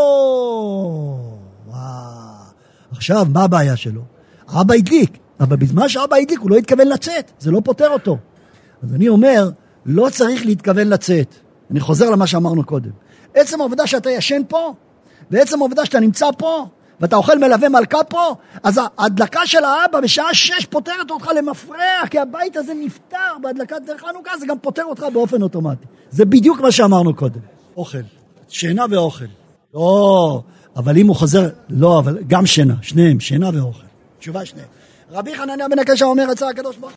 וואו. עכשיו, מה הבעיה שלו? האבא הדליק, אבל בזמן שהאבא הדליק, הוא לא התכוון לצאת, זה לא פותר אותו. אז אני אומר, לא צריך להתכוון לצאת. אני חוזר למה שאמרנו קודם. עצם העובדה שאתה ישן פה, ועצם העובדה שאתה נמצא פה, ואתה אוכל מלווה מלכה פה, אז ההדלקה של האבא בשעה 6 פותרת אותך למפרע, כי הבית הזה נפטר בהדלקת חנוכה, זה גם פותר אותך באופן אוטומטי. זה בדיוק מה שאמרנו קודם. אוכל, שינה ואוכל. לא, אבל אם הוא חוזר, לא, אבל גם שינה, שניהם, שינה ואוכל. תשובה שניהם. רבי חנניה בן עקשיא אומר, רצה הקדוש ברוך הוא